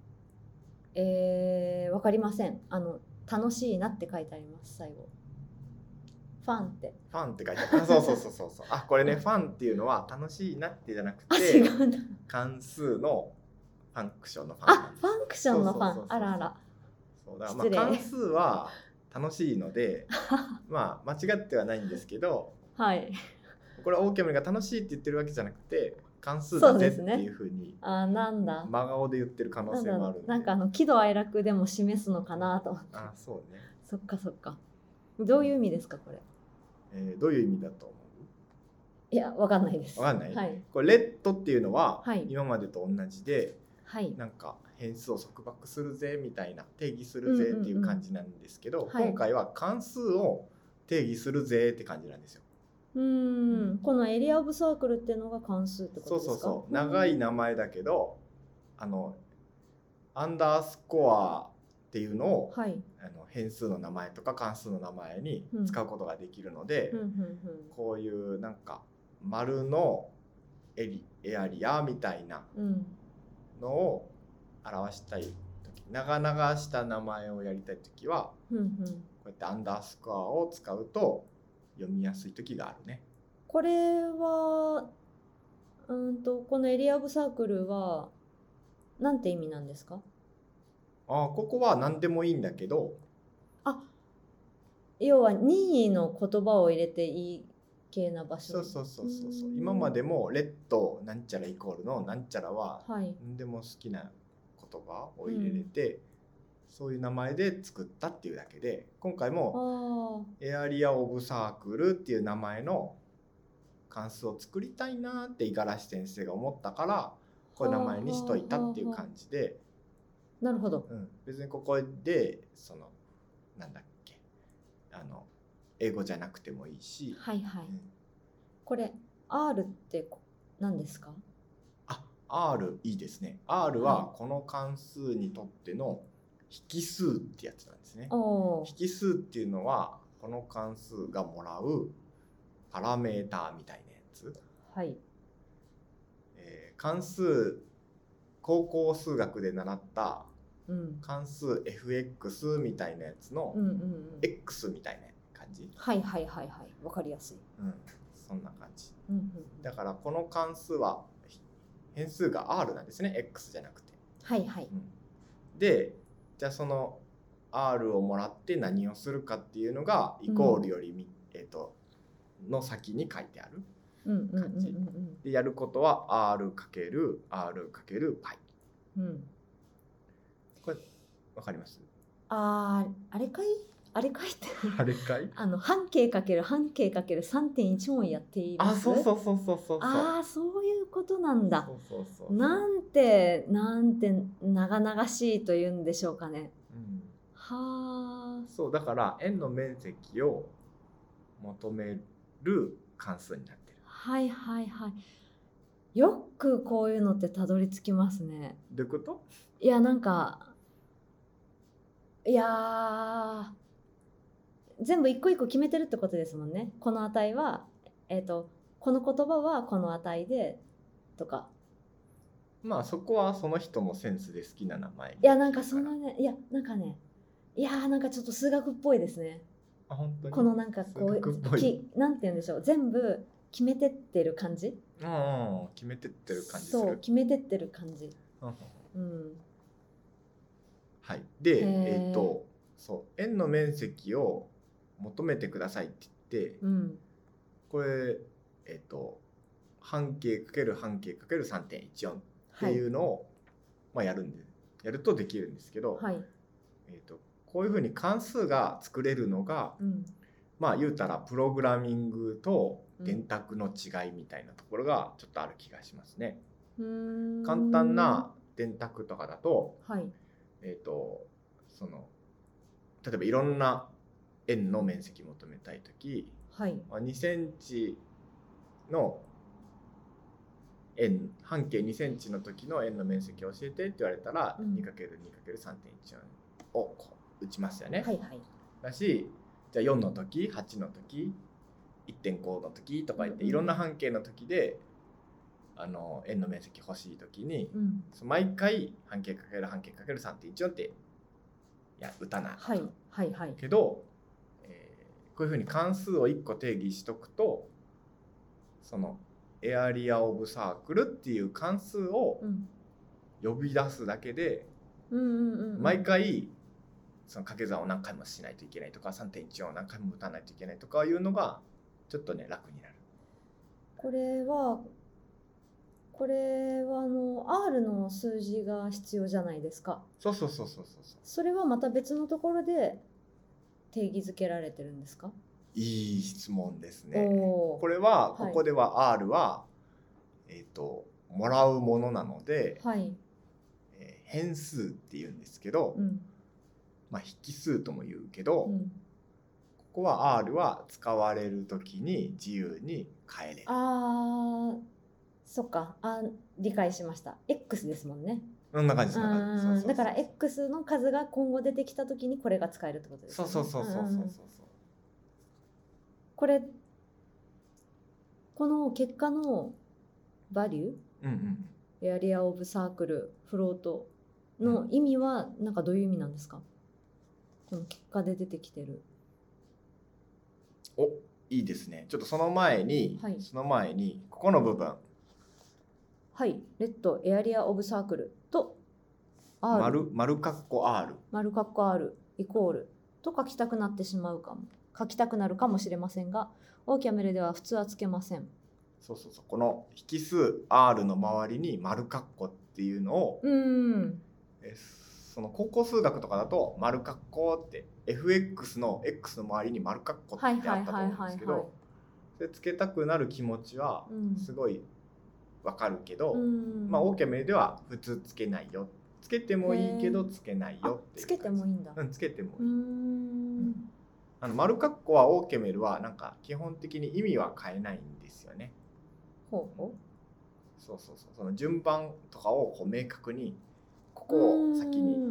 Speaker 2: えー、わかりません。あの楽しいなって書いてあります最後。ファンって
Speaker 1: ファンって書いてある。あ、そうそうそうそうそう。あ、これね、ファンっていうのは楽しいなってじゃなくて、
Speaker 2: 違うんだ。
Speaker 1: 関数のファンクションのファン。
Speaker 2: あ、ファンクションのファン。あらあら。
Speaker 1: そうだ、まあ関数は楽しいので、まあ間違ってはないんですけど、はい。これはオーキャメルが楽しいって言ってるわけじゃなくて、関数だぜっていうふうに、
Speaker 2: あ、なんだ。
Speaker 1: 真顔で言ってる可能性もあるんで。
Speaker 2: なんかあの喜怒哀楽でも示すのかなと思って。
Speaker 1: あ、そうね。
Speaker 2: そっかそっか。どういう意味ですかこれ？
Speaker 1: えー、どういう意味だと思う？
Speaker 2: いや、わかんないです。
Speaker 1: わかんない。はい、これレッドっていうのは、はい、今までと同じで、はい、なんか変数を束縛するぜみたいな定義するぜっていう感じなんですけど、うんうんうん、今回は関数を定義するぜって感じなんですよ。
Speaker 2: うーん、このエリアオブサークルっていうのが関数ってことですか？
Speaker 1: そうそうそう。長い名前だけど、あのアンダースコアっていうのを、はい、あの変数の名前とか関数の名前に使うことができるので、うんうんうんうん、こういうなんか丸のエリエアリアみたいなのを表したい時、長々した名前をやりたい時は、うんうん、こうやってアンダースコアを使うと読みやすい時があるね。
Speaker 2: これはうんとこのエリアオブサークルはなんて意味なんですか？
Speaker 1: あ、ここは何でもいいんだけど、
Speaker 2: あ、要は任意の言葉を入れていい系な場所。
Speaker 1: そうそうそうそうそう。今までもレッドなんちゃらイコールのなんちゃらは何でも好きな言葉を入れれて、うん、そういう名前で作ったっていうだけで、今回もエアリアオブサークルっていう名前の関数を作りたいなって五十嵐先生が思ったから、こういう名前にしといたっていう感じで。
Speaker 2: なるほど、
Speaker 1: うん、別にここでそのなんだっけあの英語じゃなくてもいいし、
Speaker 2: はいはい、うん、これ R って何ですか？
Speaker 1: あ、R いいですね。 R はこの関数にとっての引数ってやつなんですね。引数っていうのはこの関数がもらうパラメーターみたいなやつ。
Speaker 2: はい。
Speaker 1: えー、関数、高校数学で習った関数 エフエックス みたいなやつの X みたいな感じ。
Speaker 2: はいはいはいはい。わかりやすい。
Speaker 1: うん、そんな感じ。うんうん、だからこの関数は変数が R なんですね。X じゃなくて。
Speaker 2: はいはい。
Speaker 1: うん、で、じゃあその R をもらって何をするかっていうのがイコールより、うん、えーとの先に書いてある感じで、やることは R かける R かける π。うん。これわかります？
Speaker 2: ああ、あれかいあれかいって
Speaker 1: あれかい
Speaker 2: あの半径かける半径かける さんてんいち 問やっています。
Speaker 1: あ、そうそうそうそうそう。
Speaker 2: ああ、そういうことなんだ。
Speaker 1: そうそうそうそう。
Speaker 2: なんてなんて長々しいというんでしょうかね。うん、
Speaker 1: はあ。そうだから円の面積を求める関数になってる。
Speaker 2: はいはいはい。よくこういうのってたどり着きますね。
Speaker 1: どういうこと？
Speaker 2: いやなんかいや全部一個一個決めてるってことですもんね。この値は、えーと、この言葉はこの値でとか。
Speaker 1: まあそこはその人のセンスで好きな名前。
Speaker 2: いやなんかそのねいやなんかねいやなんかちょっと数学っぽいですね。
Speaker 1: あ、本当に？
Speaker 2: このなんかこうきなんて言うんでしょう、全部決めてってる感じ。
Speaker 1: うん、決めてってる感じする。
Speaker 2: そう決めてってる感じ。うん。
Speaker 1: はい。でえっとそう円の面積を求めてくださいって言って、うん、これえっと半径かける半径かける さんてんいちよん っていうのを、はい、まあ、やるんでやるとできるんですけど、はい、えっとこういうふうに関数が作れるのが、うん、まあ言うたらプログラミングと電卓の違いみたいなところがちょっとある気がしますね。うーん、簡単な電卓とかだと、はい、えっとその例えばいろんな円の面積求めたいとき、はい、にセンチの円半径にセンチの時の円の面積を教えてって言われたら、うん、にかけるにかけるさんてんいちよん をこう打ちますよね。はいはい、だしじゃあよんの時はちの時 いってんご の時とか言って、うん、いろんな半径の時であの円の面積欲しい時に、うん、毎回半径かける半径かける さんてんいちよん っていや打たない、はいはいはい、けど、えー、こういうふうに関数をいっこ定義しとくとそのエアリアオブサークルっていう関数を呼び出すだけで、うん、毎回その掛け算を何回もしないといけないとか さんてんいちよん を何回も打たないといけないとかいうのがちょっとね楽になる。
Speaker 2: これはこれはあの R の数字が必要じゃないですか。
Speaker 1: そうそうそうそうそう。
Speaker 2: それはまた別のところで定義づけられてるんですか？
Speaker 1: いい質問ですね。これはここでは R は、はい、えーと、もらうものなので、はい、えー、変数っていうんですけど、うん、まあ引数とも言うけど、うん、ここは R は使われるときに自由に変えれる。
Speaker 2: あー、そっか、あ、理解しました。X ですもんね。
Speaker 1: そんな感じ、そんな感じ。そうそうそう、
Speaker 2: だから X の数が今後出てきたときにこれが使えるってことですね。
Speaker 1: そうそうそうそうそうそう。
Speaker 2: これこの結果のバリュー、うんうん、エアリアオブサークルフロートの意味はなんかどういう意味なんですか？この結果で出てきてる。
Speaker 1: お、いいですね。ちょっとその前に、はい、その前にここの部分、
Speaker 2: はい、レッドエアリアオブサークルと R
Speaker 1: 丸丸カッコ R
Speaker 2: 丸カッコ R イコールと書きたくなってしまうかも書きたくなるかもしれませんが、オーキャメルでは普通はつけません。
Speaker 1: そうそうそう、この引数 R の周りに丸カッコっていうのを、うん、えその高校数学とかだと丸カッコって エフエックス の X の周りに丸カッコってあったと思うんですけど、それつけたくなる気持ちはすごいわかるけど、うん、まあオーキャメルでは普通つけないよ、つけてもいいけどつけないよっていう。
Speaker 2: つけてもいいんだ。
Speaker 1: うん、つけてもいい。うん、あの丸カッコはオーキャメルはなんか基本的に意味は変えないんですよね。
Speaker 2: ほうほ
Speaker 1: う。そうそうそう。その順番とかをこう明確にここを先に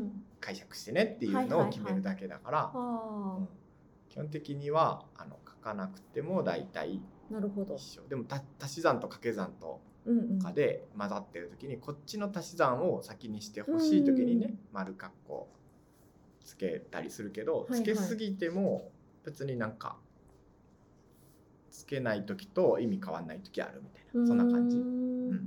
Speaker 1: 解釈してねっていうのを決めるだけだから、うん、基本的にはあの書かなくても大体
Speaker 2: なるほど
Speaker 1: 一緒でも足し算と掛け算とかで混ざってる時に、うんうん、こっちの足し算を先にしてほしい時にね、うん、丸括弧つけたりするけど、はいはい、つけすぎても別になんかつけない時と意味変わんない時あるみたいな、そんな感じ、うん、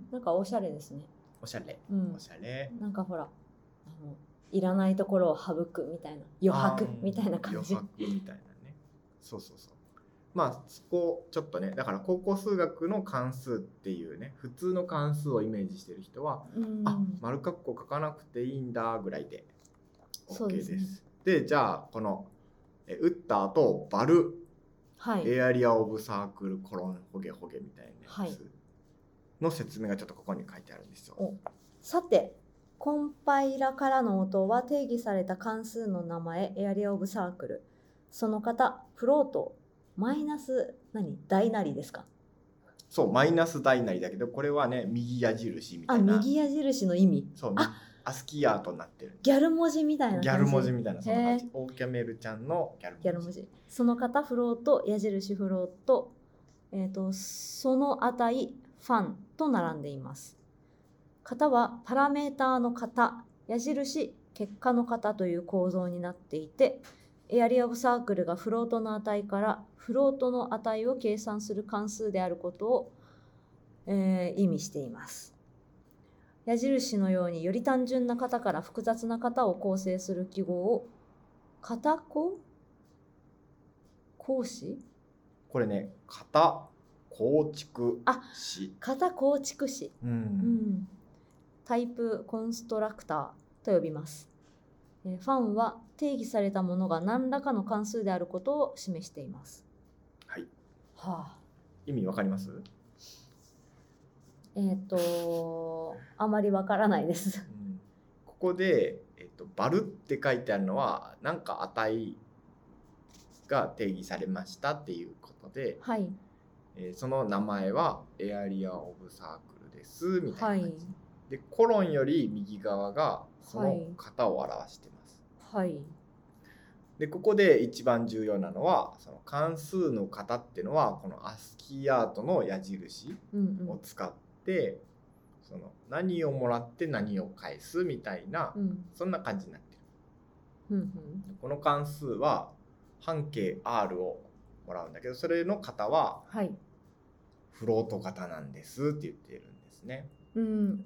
Speaker 2: なんかおしゃれですね。
Speaker 1: おしゃれ、うん、おしゃれ。
Speaker 2: なんかほらあのいらないところを省くみたいな、余白みたいな感じ。
Speaker 1: 余白みたいなね。そうそうそう。まあそこちょっとね、だから高校数学の関数っていうね、普通の関数をイメージしてる人は、うん、あ、丸括弧書かなくていいんだぐらいで OK です。ですね、で、じゃあこのえ打った後バル、はい、エアリアオブサークルコロンホゲホゲみたいなやつの説明がちょっとここに書いてあるんですよ。
Speaker 2: お、さてコンパイラからの音は定義された関数の名前エアリアオブサークル、その方フロートマイナス何大なりですか。
Speaker 1: そう、マイナス大なりだけどこれはね右矢印みたいな。
Speaker 2: あ、右矢印の意味。
Speaker 1: そう、あ、アスキーアートになってる。
Speaker 2: ギャル文字みたいな感じ。
Speaker 1: ギャル文字みたいなそんな感じ。オーキャメルちゃんのギャル文字。
Speaker 2: ギャル文字。その方フロート矢印フロート、えーと、その値ファンと並んでいます。型はパラメーターの型、矢印結果の型という構造になっていて、エアリアオブサークルがフロートの値からフロートの値を計算する関数であることを、えー、意味しています。矢印のようにより単純な型から複雑な型を構成する記号を型構構詞？こ
Speaker 1: れね、型構築詞。
Speaker 2: あ、型構築詞。うん、うん。タイプコンストラクターと呼びます。ファンは定義されたものが何らかの関数であることを示しています。
Speaker 1: はい。
Speaker 2: はあ、
Speaker 1: 意味わかります？
Speaker 2: えっとあまりわからないです。
Speaker 1: うん、ここで、えっと、バルって書いてあるのは何か値が定義されましたっていうことで、はい、えー、その名前はエアリアオブサークルですみたいな感じ。はい、でコロンより右側がその型を表しています。はい。でここで一番重要なのはその関数の型っていうのはこのアスキーアートの矢印を使って、うんうん、その何をもらって何を返すみたいな、うん、そんな感じになってる。うんうん、この関数は半径 R をもらうんだけどそれの型はフロート型なんですって言ってるんですね。
Speaker 2: うん、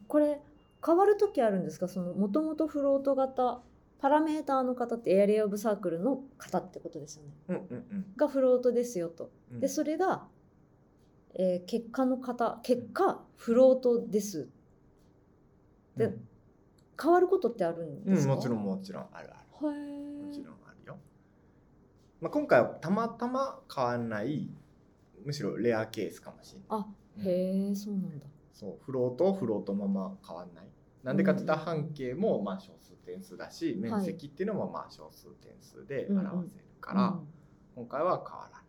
Speaker 2: これ変わるときあるんですか？そのもともとフロート型パラメーターの型ってエアリアオブサークルの型ってことですよね。うんうんうん、がフロートですよと。でそれが、えー、結果の型結果フロートです。で、うん、変わることってあるんですか？
Speaker 1: うん、もちろんもちろんあるある。もちろんあるよ。まあ、今回はたまたま変わらないむしろレアケースかもしれない。
Speaker 2: あ、へえ、そうなんだ。
Speaker 1: そうフロートをフロートまま変わらない。なんでかって言ったら半径もまあ小数点数だし、面積っていうのもまあ小数点数で表せるから、今回は変わらない。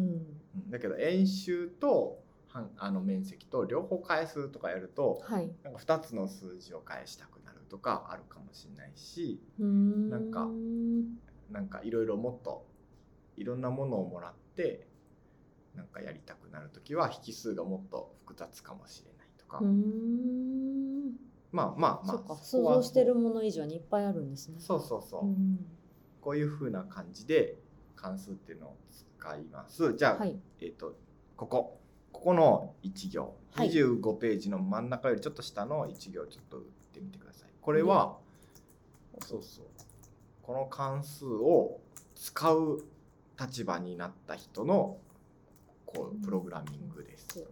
Speaker 1: うん、だけど円周とあの面積と両方返すとかやると、はい、なんかふたつの数字を返したくなるとかあるかもしれないし、なんかなんかいろいろもっといろんなものをもらってなんかやりたくなるときは引数がもっと複雑かもしれないとか。うーん、まあまあまあ、
Speaker 2: そうか、想像してるもの以上にいっぱいあるんですね。
Speaker 1: そうそうそう。うん、こういう風な感じで関数っていうのを使います。じゃあ、はい、えっとここここのいち行、はい、にじゅうごページの真ん中よりちょっと下のいち行ちょっと打ってみてください。これは、うん、そうそうこの関数を使う立場になった人のこうプログラミングです。うん、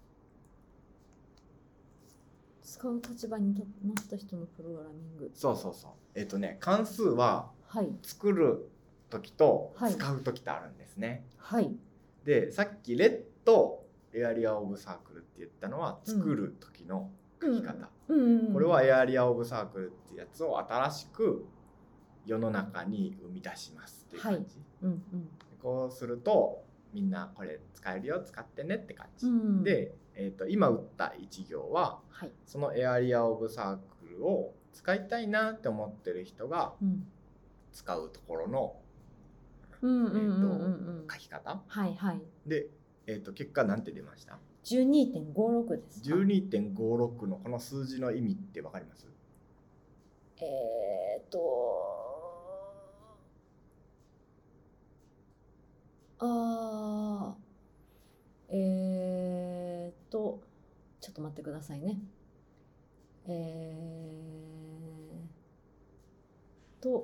Speaker 2: 使う立場になった人のプログラミング。
Speaker 1: そうそうそう。えっとね、関数は作る時と使う時とあるんですね。はい。はい、で、さっきレッドエアリアオブサークルって言ったのは作る時の書き方。これはエアリアオブサークルってやつを新しく世の中に生み出しますっていう感じ。はい、うんうん、こうするとみんなこれ使えるよ、使ってねって感じ。うん、で、えーと、今打ったいち行は、はい、そのエアリアオブサークルを使いたいなって思ってる人が使うところの書き方、
Speaker 2: はいはい、
Speaker 1: で、えー、と結果なんて出ました？
Speaker 2: じゅうにてんごろく です。
Speaker 1: じゅうにてんごろく のこの数字の意味ってわかります？
Speaker 2: えっとあーえー、っとちょっと待ってくださいね。えー、と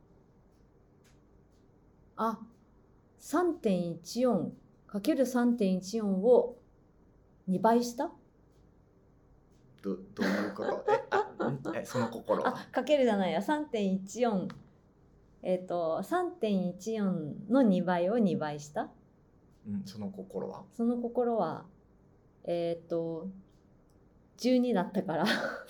Speaker 2: あ さんてんいちよんかけるさんてんいちよん をにばいした？
Speaker 1: ど, どういうことえあえその心は
Speaker 2: あかけるじゃないや さんてんいちよん えっ、ー、と さんてんいちよん のにばいをにばいした、
Speaker 1: うん、その心は
Speaker 2: その心はえっ、ー、とじゅうにだったから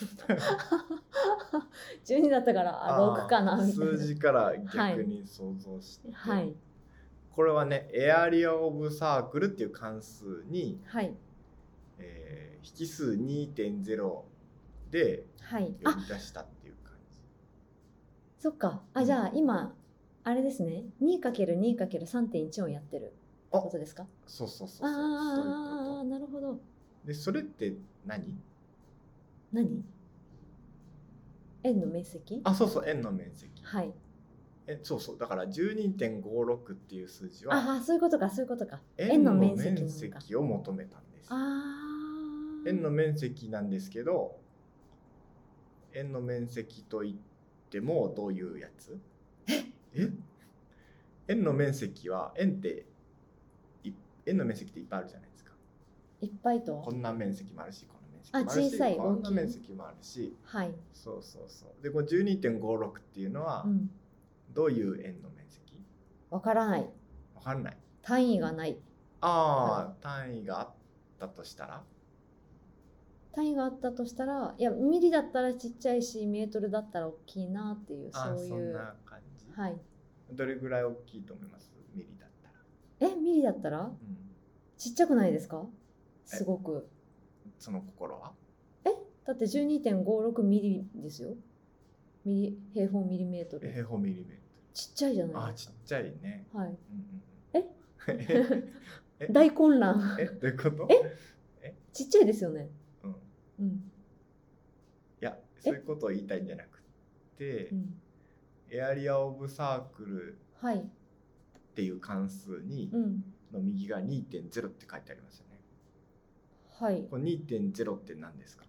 Speaker 2: じゅうにだったからあろくかなみたいな
Speaker 1: 数字から逆に想像して、
Speaker 2: はい、
Speaker 1: これはねエアリアオブサークルっていう関数に、
Speaker 2: はい
Speaker 1: えー、引数 にてんゼロ で呼び出したっていう感じ、はい、
Speaker 2: そっかあ、うん、じゃあ今あれですね にかけるにかけるさんてんいちよん やってるってことですか？
Speaker 1: そうそうそうそう、
Speaker 2: あ
Speaker 1: そういうこと。
Speaker 2: あなるほど。
Speaker 1: でそれって何
Speaker 2: 何円の面積？
Speaker 1: あそうそう円の面積、
Speaker 2: はい
Speaker 1: えそうそうだから じゅうにてんごろく っていう数字は
Speaker 2: ああそういうことかそういうことか
Speaker 1: 円の面積を求めたんです。
Speaker 2: あ
Speaker 1: 円の面積なんですけど円の面積といってもどういうやつ？え円の面積は円って円の面積っていっぱいあるじゃないですか。
Speaker 2: いっぱいと
Speaker 1: こんな面積もあるしこんな面積もあるし
Speaker 2: あ小さい
Speaker 1: こんな面積もあるし、
Speaker 2: はい
Speaker 1: そうそうそうでこの じゅうにてんごろく っていうのは、うん、どういう円の面積？
Speaker 2: わからない。
Speaker 1: わからない。
Speaker 2: 単位がない。
Speaker 1: ああ、はい、単位があったとしたら
Speaker 2: 単位があったとしたらいやミリだったらちっちゃいしメートルだったら大きいなっていうそういうそん
Speaker 1: な感じ。
Speaker 2: はい。
Speaker 1: どれぐらい大きいと思います？ミリだった
Speaker 2: ら。えミリだったら、うん、ちっちゃくないですか？すごく。
Speaker 1: その心は？
Speaker 2: えだって じゅうにてんごろく ミリですよ。ミリ平方ミリメートル。
Speaker 1: 平方ミリメートル。
Speaker 2: ちっちゃいじゃないですか。
Speaker 1: あちっちゃいね。
Speaker 2: はい。うん
Speaker 1: うん、
Speaker 2: え大混乱。
Speaker 1: えどういうこと？
Speaker 2: えちっちゃいですよね。
Speaker 1: うん
Speaker 2: うん、
Speaker 1: いやそういうことを言いたいんじゃなくて、うん、エアリアオブサークルっていう関数に、はい、の右が にてんゼロ って書いてありますよね。
Speaker 2: はい。
Speaker 1: この にてんゼロ って何ですか？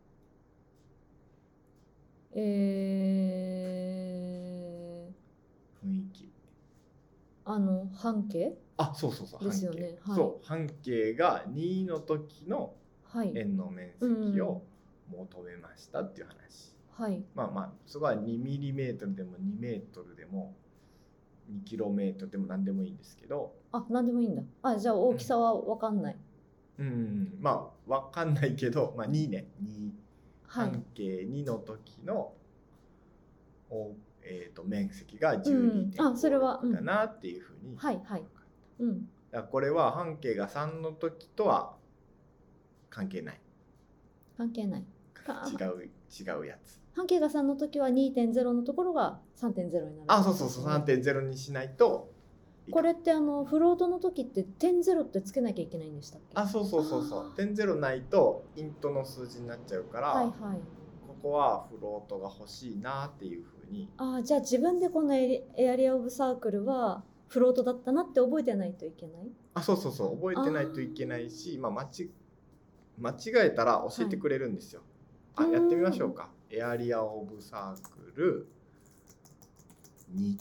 Speaker 2: え
Speaker 1: ー、雰囲気。
Speaker 2: あの半径？
Speaker 1: あそうそうそう
Speaker 2: ですよね。
Speaker 1: 半径、はい、そう半径がにの時の円の面積を求めましたっていう話、
Speaker 2: はい、
Speaker 1: まあまあそこはにミリメートルでもにメートルでもにキロメートルでも何でもいいんですけど。
Speaker 2: あ何でもいいんだ。あじゃあ大きさは分かんない。
Speaker 1: うん、うん、まあ分かんないけど、まあ、にねに、はい、半径にの時の、えー、と面積が じゅうにてんご だなっていうふうに、うん、
Speaker 2: はいはい、うん、
Speaker 1: だからこれは半径がさんの時とは関係ない。
Speaker 2: 関係ない。
Speaker 1: 違う違うやつ。
Speaker 2: 半径がさんの時は にてんゼロ のところが さんてんゼロ になる、ね。
Speaker 1: あ、そうそうそう さんてんゼロ にしないと。
Speaker 2: これってあのフロートの時って点ゼロってつけなきゃいけないんでしたっけ？
Speaker 1: あ、そうそうそうそう。点ゼロないとイントの数字になっちゃうから。はいはい。ここはフロートが欲しいなっていうふうに。
Speaker 2: あ、じゃあ自分でこのエアリアオブサークルはフロートだったなって覚えてないといけない？
Speaker 1: あ、そうそうそう覚えてないといけないし、まあ間違間違えたら教えてくれるんですよ。はい、あ、やってみましょうか。エアリアオブサークルに。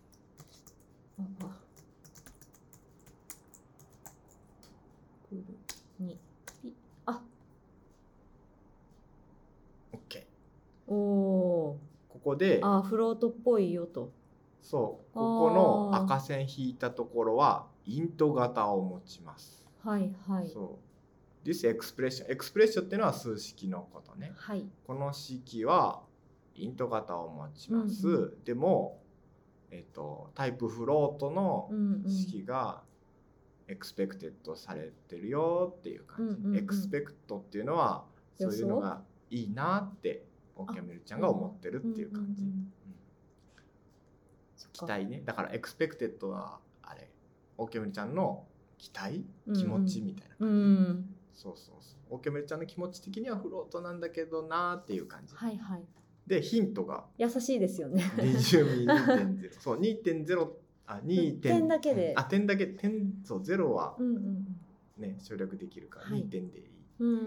Speaker 2: にあ
Speaker 1: OK。
Speaker 2: おお
Speaker 1: ここで
Speaker 2: あフロートっぽいよと。
Speaker 1: そうここの赤線引いたところはイント型を持ちます。
Speaker 2: はいはい。
Speaker 1: そう This expression エクスプレッションっていうのは数式のことね。
Speaker 2: はい。
Speaker 1: この式はイント型を持ちます。うんうん、でも、えっと、タイプフロートの式がエクスペクテッドされてるよっていう感じ。エクスペクトっていうのはそういうのがいいなってオーキャメルちゃんが思ってるっていう感じ、うんうんうん、期待ね。だからエクスペクテッドはあれオーキャメルちゃんの期待、気持ちみたいな感じ、うんうん、そうそうそう。オーキャメルちゃんの気持ち的にはフロートなんだけどなーっていう感じ、
Speaker 2: はいはい、
Speaker 1: でヒントが
Speaker 2: 優しいですよね。
Speaker 1: リジュミ にてんゼロ そう にてんゼロ あにてん
Speaker 2: 点だけで、
Speaker 1: あ点だけ点そうゼロは、
Speaker 2: うんうん
Speaker 1: ね、省略できるから、はい、にてんでいい。
Speaker 2: うん、うん、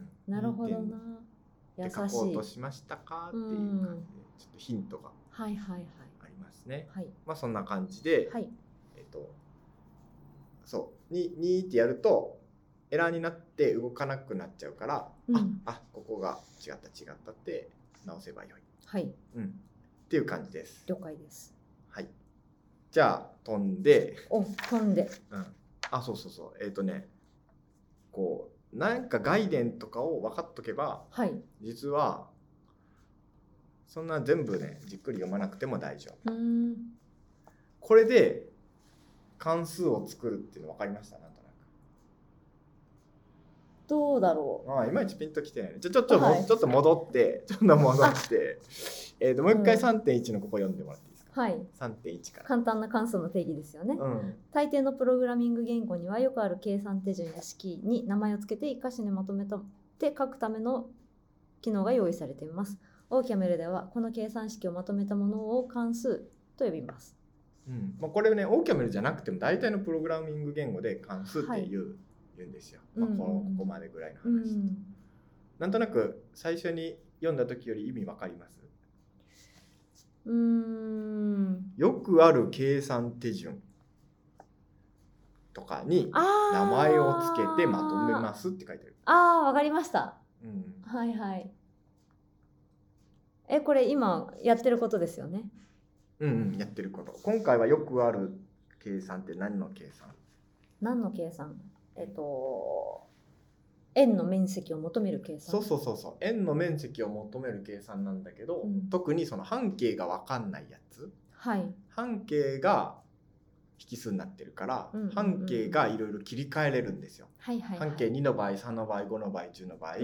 Speaker 2: なるほどな。
Speaker 1: 優しい。書こうとしましたかっていう感じでちょっとヒントがありますね。はいはいはい、まあそんな感じで、はい、えっとそうににってやるとエラーになって動かなくなっちゃうから、うん、ああここが違った違ったって直せばよい。はい。うん。っていう感じです。
Speaker 2: 了解です。
Speaker 1: はい。じゃあ飛んで。
Speaker 2: お飛んで。
Speaker 1: うん。あそうそうそう。えっとね、こうなんか概念とかを分かっとけば、はい、実はそんな全部ねじっくり読まなくても大丈夫。うん。これで関数を作るっていうの分かりました？なんとなく。
Speaker 2: どうだろう。
Speaker 1: ああいまいちピンときてない。ちょちょっと、はい、ちょっと戻ってちょっと戻ってえっともう一回 さんてんいち のここ読んでもらっていいですか？はい。さんてんいち から。
Speaker 2: 簡単な関数の定義ですよね。うん、大抵のプログラミング言語にはよくある計算手順や式に名前を付けて一箇所にまとめて書くための機能が用意されています。オーキャメルではこの計算式をまとめたものを関数と呼びます。
Speaker 1: うんまあ、これねオーキャメルじゃなくても大体のプログラミング言語で関数っていう、はい、言うんですよ。まあ、このここまでぐらいの話、うん、なんとなく最初に読んだ時より意味わかります？うーんよくある計算手順とかに名前をつけてまとめますって書いてある。
Speaker 2: ああわかりました、うん、はいはい。えこれ今やってることですよね。
Speaker 1: うんうんやってること。今回はよくある計算って何の計算？
Speaker 2: 何の計算？えっと円の面積を求める計算。
Speaker 1: そうそうそうそう円の面積を求める計算なんだけど、うん、特にその半径が分かんないやつ、はい、半径が引数になってるから、うんうんうん、半径がいろいろ切り替えれるんですよ、はいはいはい、半径にの場合さんの場合ごの場合じゅうの場合、うん、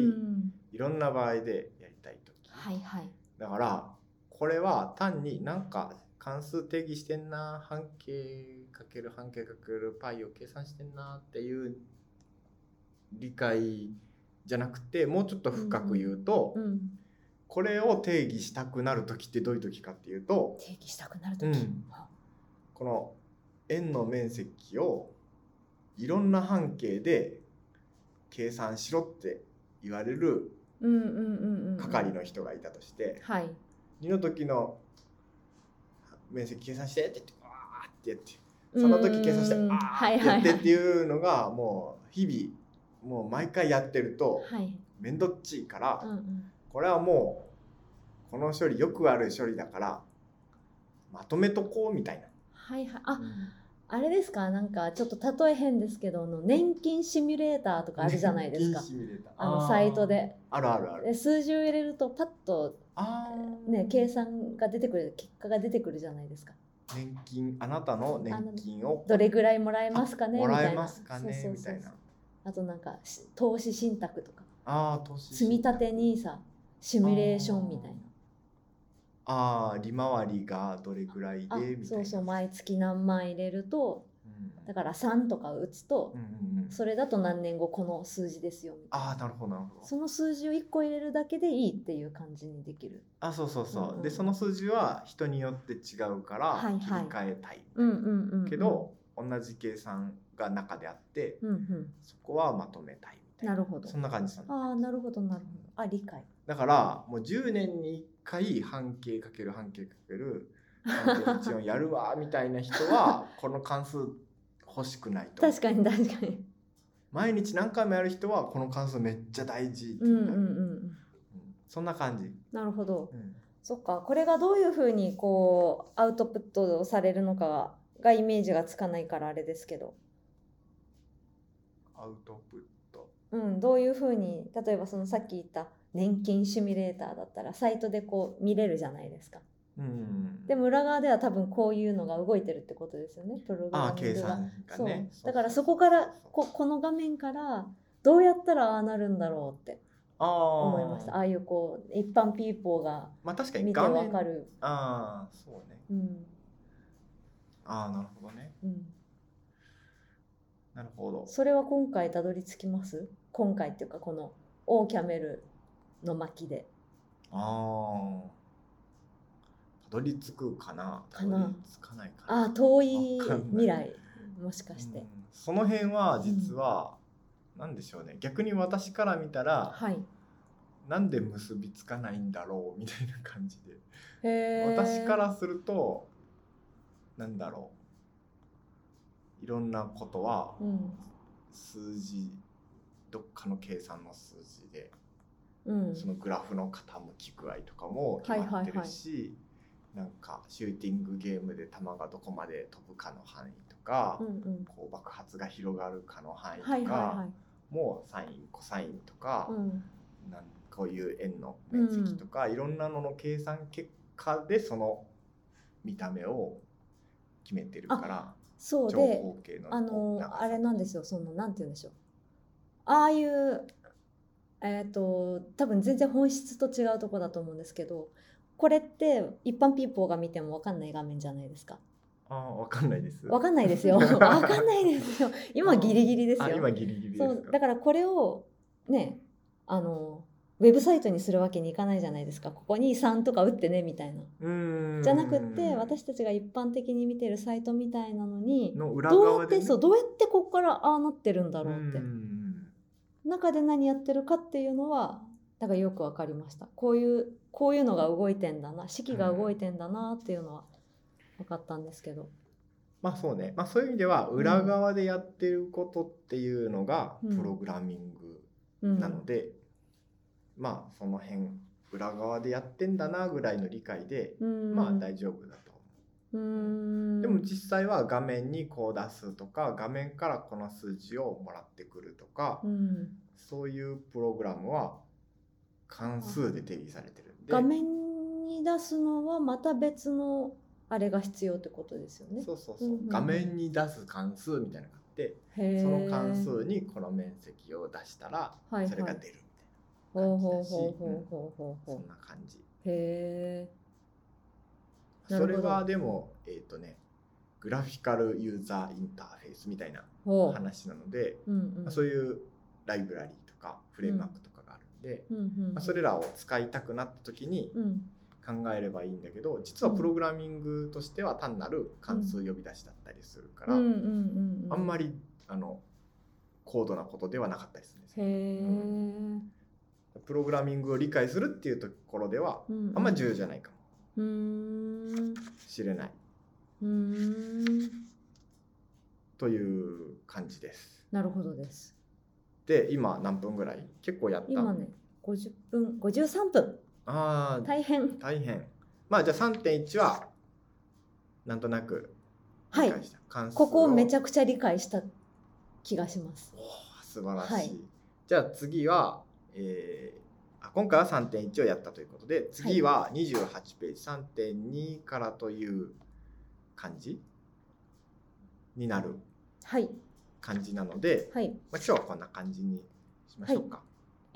Speaker 1: いろんな場合でやりたいとき、はいはい、だからこれは単になんか関数定義してんな半径かける半径かける π を計算してんなっていう理解じゃなくてもうちょっと深く言うと、うんうん、これを定義したくなる時ってどういう時かっていうと
Speaker 2: 定義したくなる時、うん、
Speaker 1: この円の面積をいろんな半径で計算しろって言われる係の人がいたとして、はい、にの時の面積計算してって言ってわーってやってその時計算してあーってやってっていうのがもう日々もう毎回やってると面倒っちいから、はいうんうん、これはもうこの処理よくある処理だからまとめとこうみたいな。
Speaker 2: はいはい、あ、うん、あれですかなんかちょっと例え変ですけどの年金シミュレーターとかあるじゃないですか。あのサイトで
Speaker 1: あるあるある。
Speaker 2: で数字を入れるとパッと、ね、計算が出てくる結果が出てくるじゃないですか。
Speaker 1: 年金あなたの年金を
Speaker 2: どれぐらいもらえますかねみたいな。
Speaker 1: もらえますかねみたいな。
Speaker 2: あとなんか投資信託とか
Speaker 1: あ投資
Speaker 2: 積み立て ニーサ シミュレーションみたいな。
Speaker 1: ああ利回りがどれぐらいでみたいな。
Speaker 2: そうそう毎月何万入れると、うん、だからさんとか打つと、うんうんうん、それだと何年後この数字ですよみたいな。
Speaker 1: あなるほどなるほど。
Speaker 2: その数字をいっこ入れるだけでいいっていう感じにできる。
Speaker 1: あそうそうそう、うんうん、でその数字は人によって違うから切り替えたいけど同じ計算が中であって、うんうん、そこはまとめたいみたいな。
Speaker 2: なるほど。
Speaker 1: そんな感じなんだ。
Speaker 2: あなるほどなるほど。あ理解。
Speaker 1: だからもうじゅうねんにいっかい半径かける半径かける半径いちをやるわみたいな人はこの関数欲しくないと。
Speaker 2: 確かに確かに。
Speaker 1: 毎日何回もやる人はこの関数めっちゃ大事ってなる、うんうんうん、そんな感じ。
Speaker 2: なるほど、うん、そっかこれがどういうふうにこうアウトプットされるのかがイメージがつかないからあれですけど。
Speaker 1: アウトプット、
Speaker 2: うん、どういうふうに例えばそのさっき言った年金シミュレーターだったらサイトでこう見れるじゃないですか。うん、でも裏側では多分こういうのが動いてるってことですよねプログラミングが。そうだからそこからここの画面からどうやったらああなるんだろうって思いました。ああいうこう一般ピーポーが見てわかる。
Speaker 1: ああそうね、うん、ああなるほどね、うん、なるほど。
Speaker 2: それは今回たどり着きます？今回っていうかこのオーキャメルの巻で。
Speaker 1: ああたどり着くかな、たどり着かないか
Speaker 2: な。ああ遠い未来もしかして、うん、
Speaker 1: その辺は実は、うん、なんでしょうね、逆に私から見たら、はい、なんで結びつかないんだろうみたいな感じで、へ私からするとなんだろう、いろんなことは数字、どっかの計算の数字で、うん、そのグラフの傾き具合とかも決まってるし、はいはいはい、なんかシューティングゲームで球がどこまで飛ぶかの範囲とか、うんうん、こう爆発が広がるかの範囲とか、はいはいはい、もうサインコサインとか、うん、なんこういう円の面積とか、うん、いろんなのの計算結果でその見た目を決めてるから、
Speaker 2: そうで、あのあれなんですよ、そのなんて言うんでしょう、ああいうえっと多分全然本質と違うところだと思うんですけど、これって一般ピーポーが見ても分かんない画面じゃないですか。
Speaker 1: あ、分かんないです。
Speaker 2: 分かんないですよ。分かんないですよ。今ギリギリですよ。
Speaker 1: 今ギリギリですか。
Speaker 2: そうだからこれをね、あのウェブサイトにするわけにいかないじゃないですか。ここにさんとか打ってねみたいな。じゃなくって私たちが一般的に見てるサイトみたいなのにの裏側で、ね、どうやってそうどうやってここからああなってるんだろうって。中で何やってるかっていうのはだからよく分かりました。こういうこういうのが動いてんだな、式が動いてんだなっていうのは分かったんですけど、
Speaker 1: まあそうね、まあ、そういう意味では裏側でやってることっていうのがプログラミングなので、うんうん、まあその辺裏側でやってんだなぐらいの理解で、うん、まあ大丈夫だと思う。うん、でも実際は画面にこう出すとか、画面からこの数字をもらってくるとか、うん、そういうプログラムは関数で定義されてるんで、
Speaker 2: 画面に出すのはまた別のあれが必要ってことですよね。
Speaker 1: そうそうそう、うんうん、画面に出す関数みたいなのがあって、その関数にこの面積を出したらそれが出るみたいな感じだし、そんな感じ。へー。それはでもえっとね、グラフィカルユーザーインターフェースみたいな話なので、うんうん、そういうライブラリーとかフレームワークとかがあるんで、うんうんうん、まあ、それらを使いたくなった時に考えればいいんだけど、実はプログラミングとしては単なる関数呼び出しだったりするから、あんまりあの高度なことではなかったりするんですよ。へー。プログラミングを理解するっていうところではあんま重要じゃないかもしれない。うーんという感じです。
Speaker 2: なるほどです。
Speaker 1: で、今何分ぐらい？結構やった？
Speaker 2: 今ね、ごじゅっぷん、ごじゅうさんぷん。ああ、大変。
Speaker 1: 大変。まあじゃあ さんてんいち はなんとなく理解した。
Speaker 2: はい、ここをめちゃくちゃ理解した気がします。
Speaker 1: おー、素晴らしい。はい、じゃあ次は、えー、あ今回は さんてんいち をやったということで、次はにじゅうはちページ、さんてんに からという感じになる感じなので、はい、まあ、今日はこんな感じにしましょうか。はい、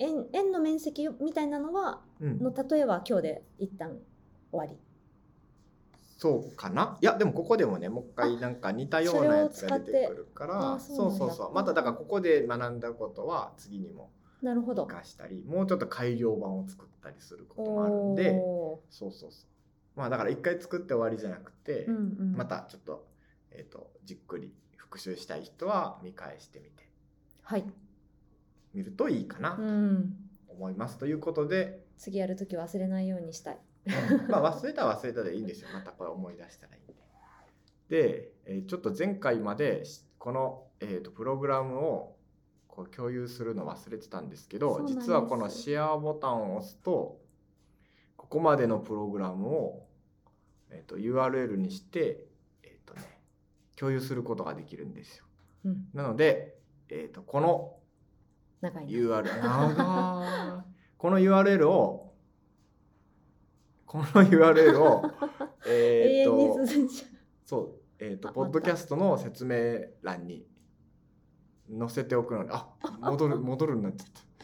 Speaker 2: 円, 円の面積みたいなのは、うん、の例えは今日で一旦終わり。
Speaker 1: そうかな。いやでもここでもね、もう一回なんか似たようなやつが出てくるから、そうそうそう、まただからここで学んだことは次にも生かしたり、もうちょっと改良版を作ったりすることもあるんで、そうそうそう、まあだから一回作って終わりじゃなくて、うんうん、またちょっと、えーと、じっくり復習したい人は見返してみて、はい、見るといいかなと思います、うん、ということで
Speaker 2: 次やるとき忘れないようにしたい。
Speaker 1: まあ忘れたら忘れたでいいんですよ。またこれ思い出したらいいんで。で、えー、ちょっと前回までこの、えーと、プログラムをこう共有するの忘れてたんですけど、実はこのシェアボタンを押すとここまでのプログラムを、えーと、ユーアールエル にして、えーとね、共有することができるんですよ。うん、なので、えーと、この ユーアールエル 長いこの ユーアールエル をこの ユーアールエル をえっとそうえっとポッドキャストの説明欄に載せておくので、あ戻る戻るんなっちゃった。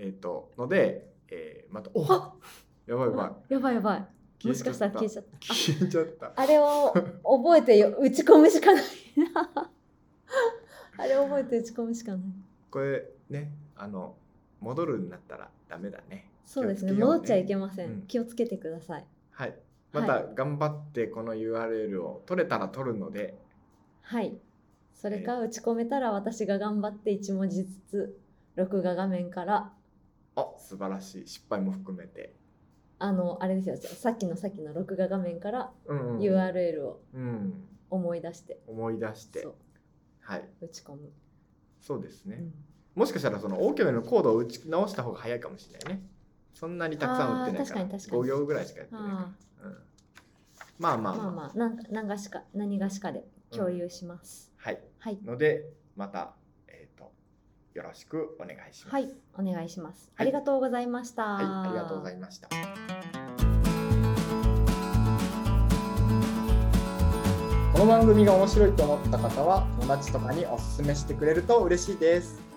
Speaker 1: えっとので、えー、またおやばいやばい
Speaker 2: やばいやばい、もしかしたら消えちゃった
Speaker 1: 消えちゃった
Speaker 2: あれを覚えてよ打ち込むしかないなあれ覚えて打ち込むしかない。
Speaker 1: これね、あの戻るんだったらダメだね。
Speaker 2: そうですね、戻っちゃいけません、うん、気をつけてください。
Speaker 1: はい、また頑張ってこの ユーアールエル を取れたら取るので、
Speaker 2: はい、それか打ち込めたら私が頑張っていち文字ずつ録画画面から、
Speaker 1: あ、素晴らしい、失敗も含めて
Speaker 2: あのあれですよ、さっきのさっきの録画画面から ユーアールエル を思い出して、
Speaker 1: うん、思い出してはい、
Speaker 2: 打ち込む。
Speaker 1: そうですね、うん、もしかしたらその大きめのコードを打ち直した方が早いかもしれないね。そんなにたくさん打ってないから、ご行ぐらいしかやってないから、うん、まあまあまあ
Speaker 2: まあまあ何何がしか何がしかで共有します、
Speaker 1: うん、はい、はい、のでまた、えーと、よろしくお願いします。
Speaker 2: はい、お願いします、はい、ありがとうございました。
Speaker 1: はい、ありがとうございました。この番組が面白いと思った方は友達とかにおすすめしてくれると嬉しいです。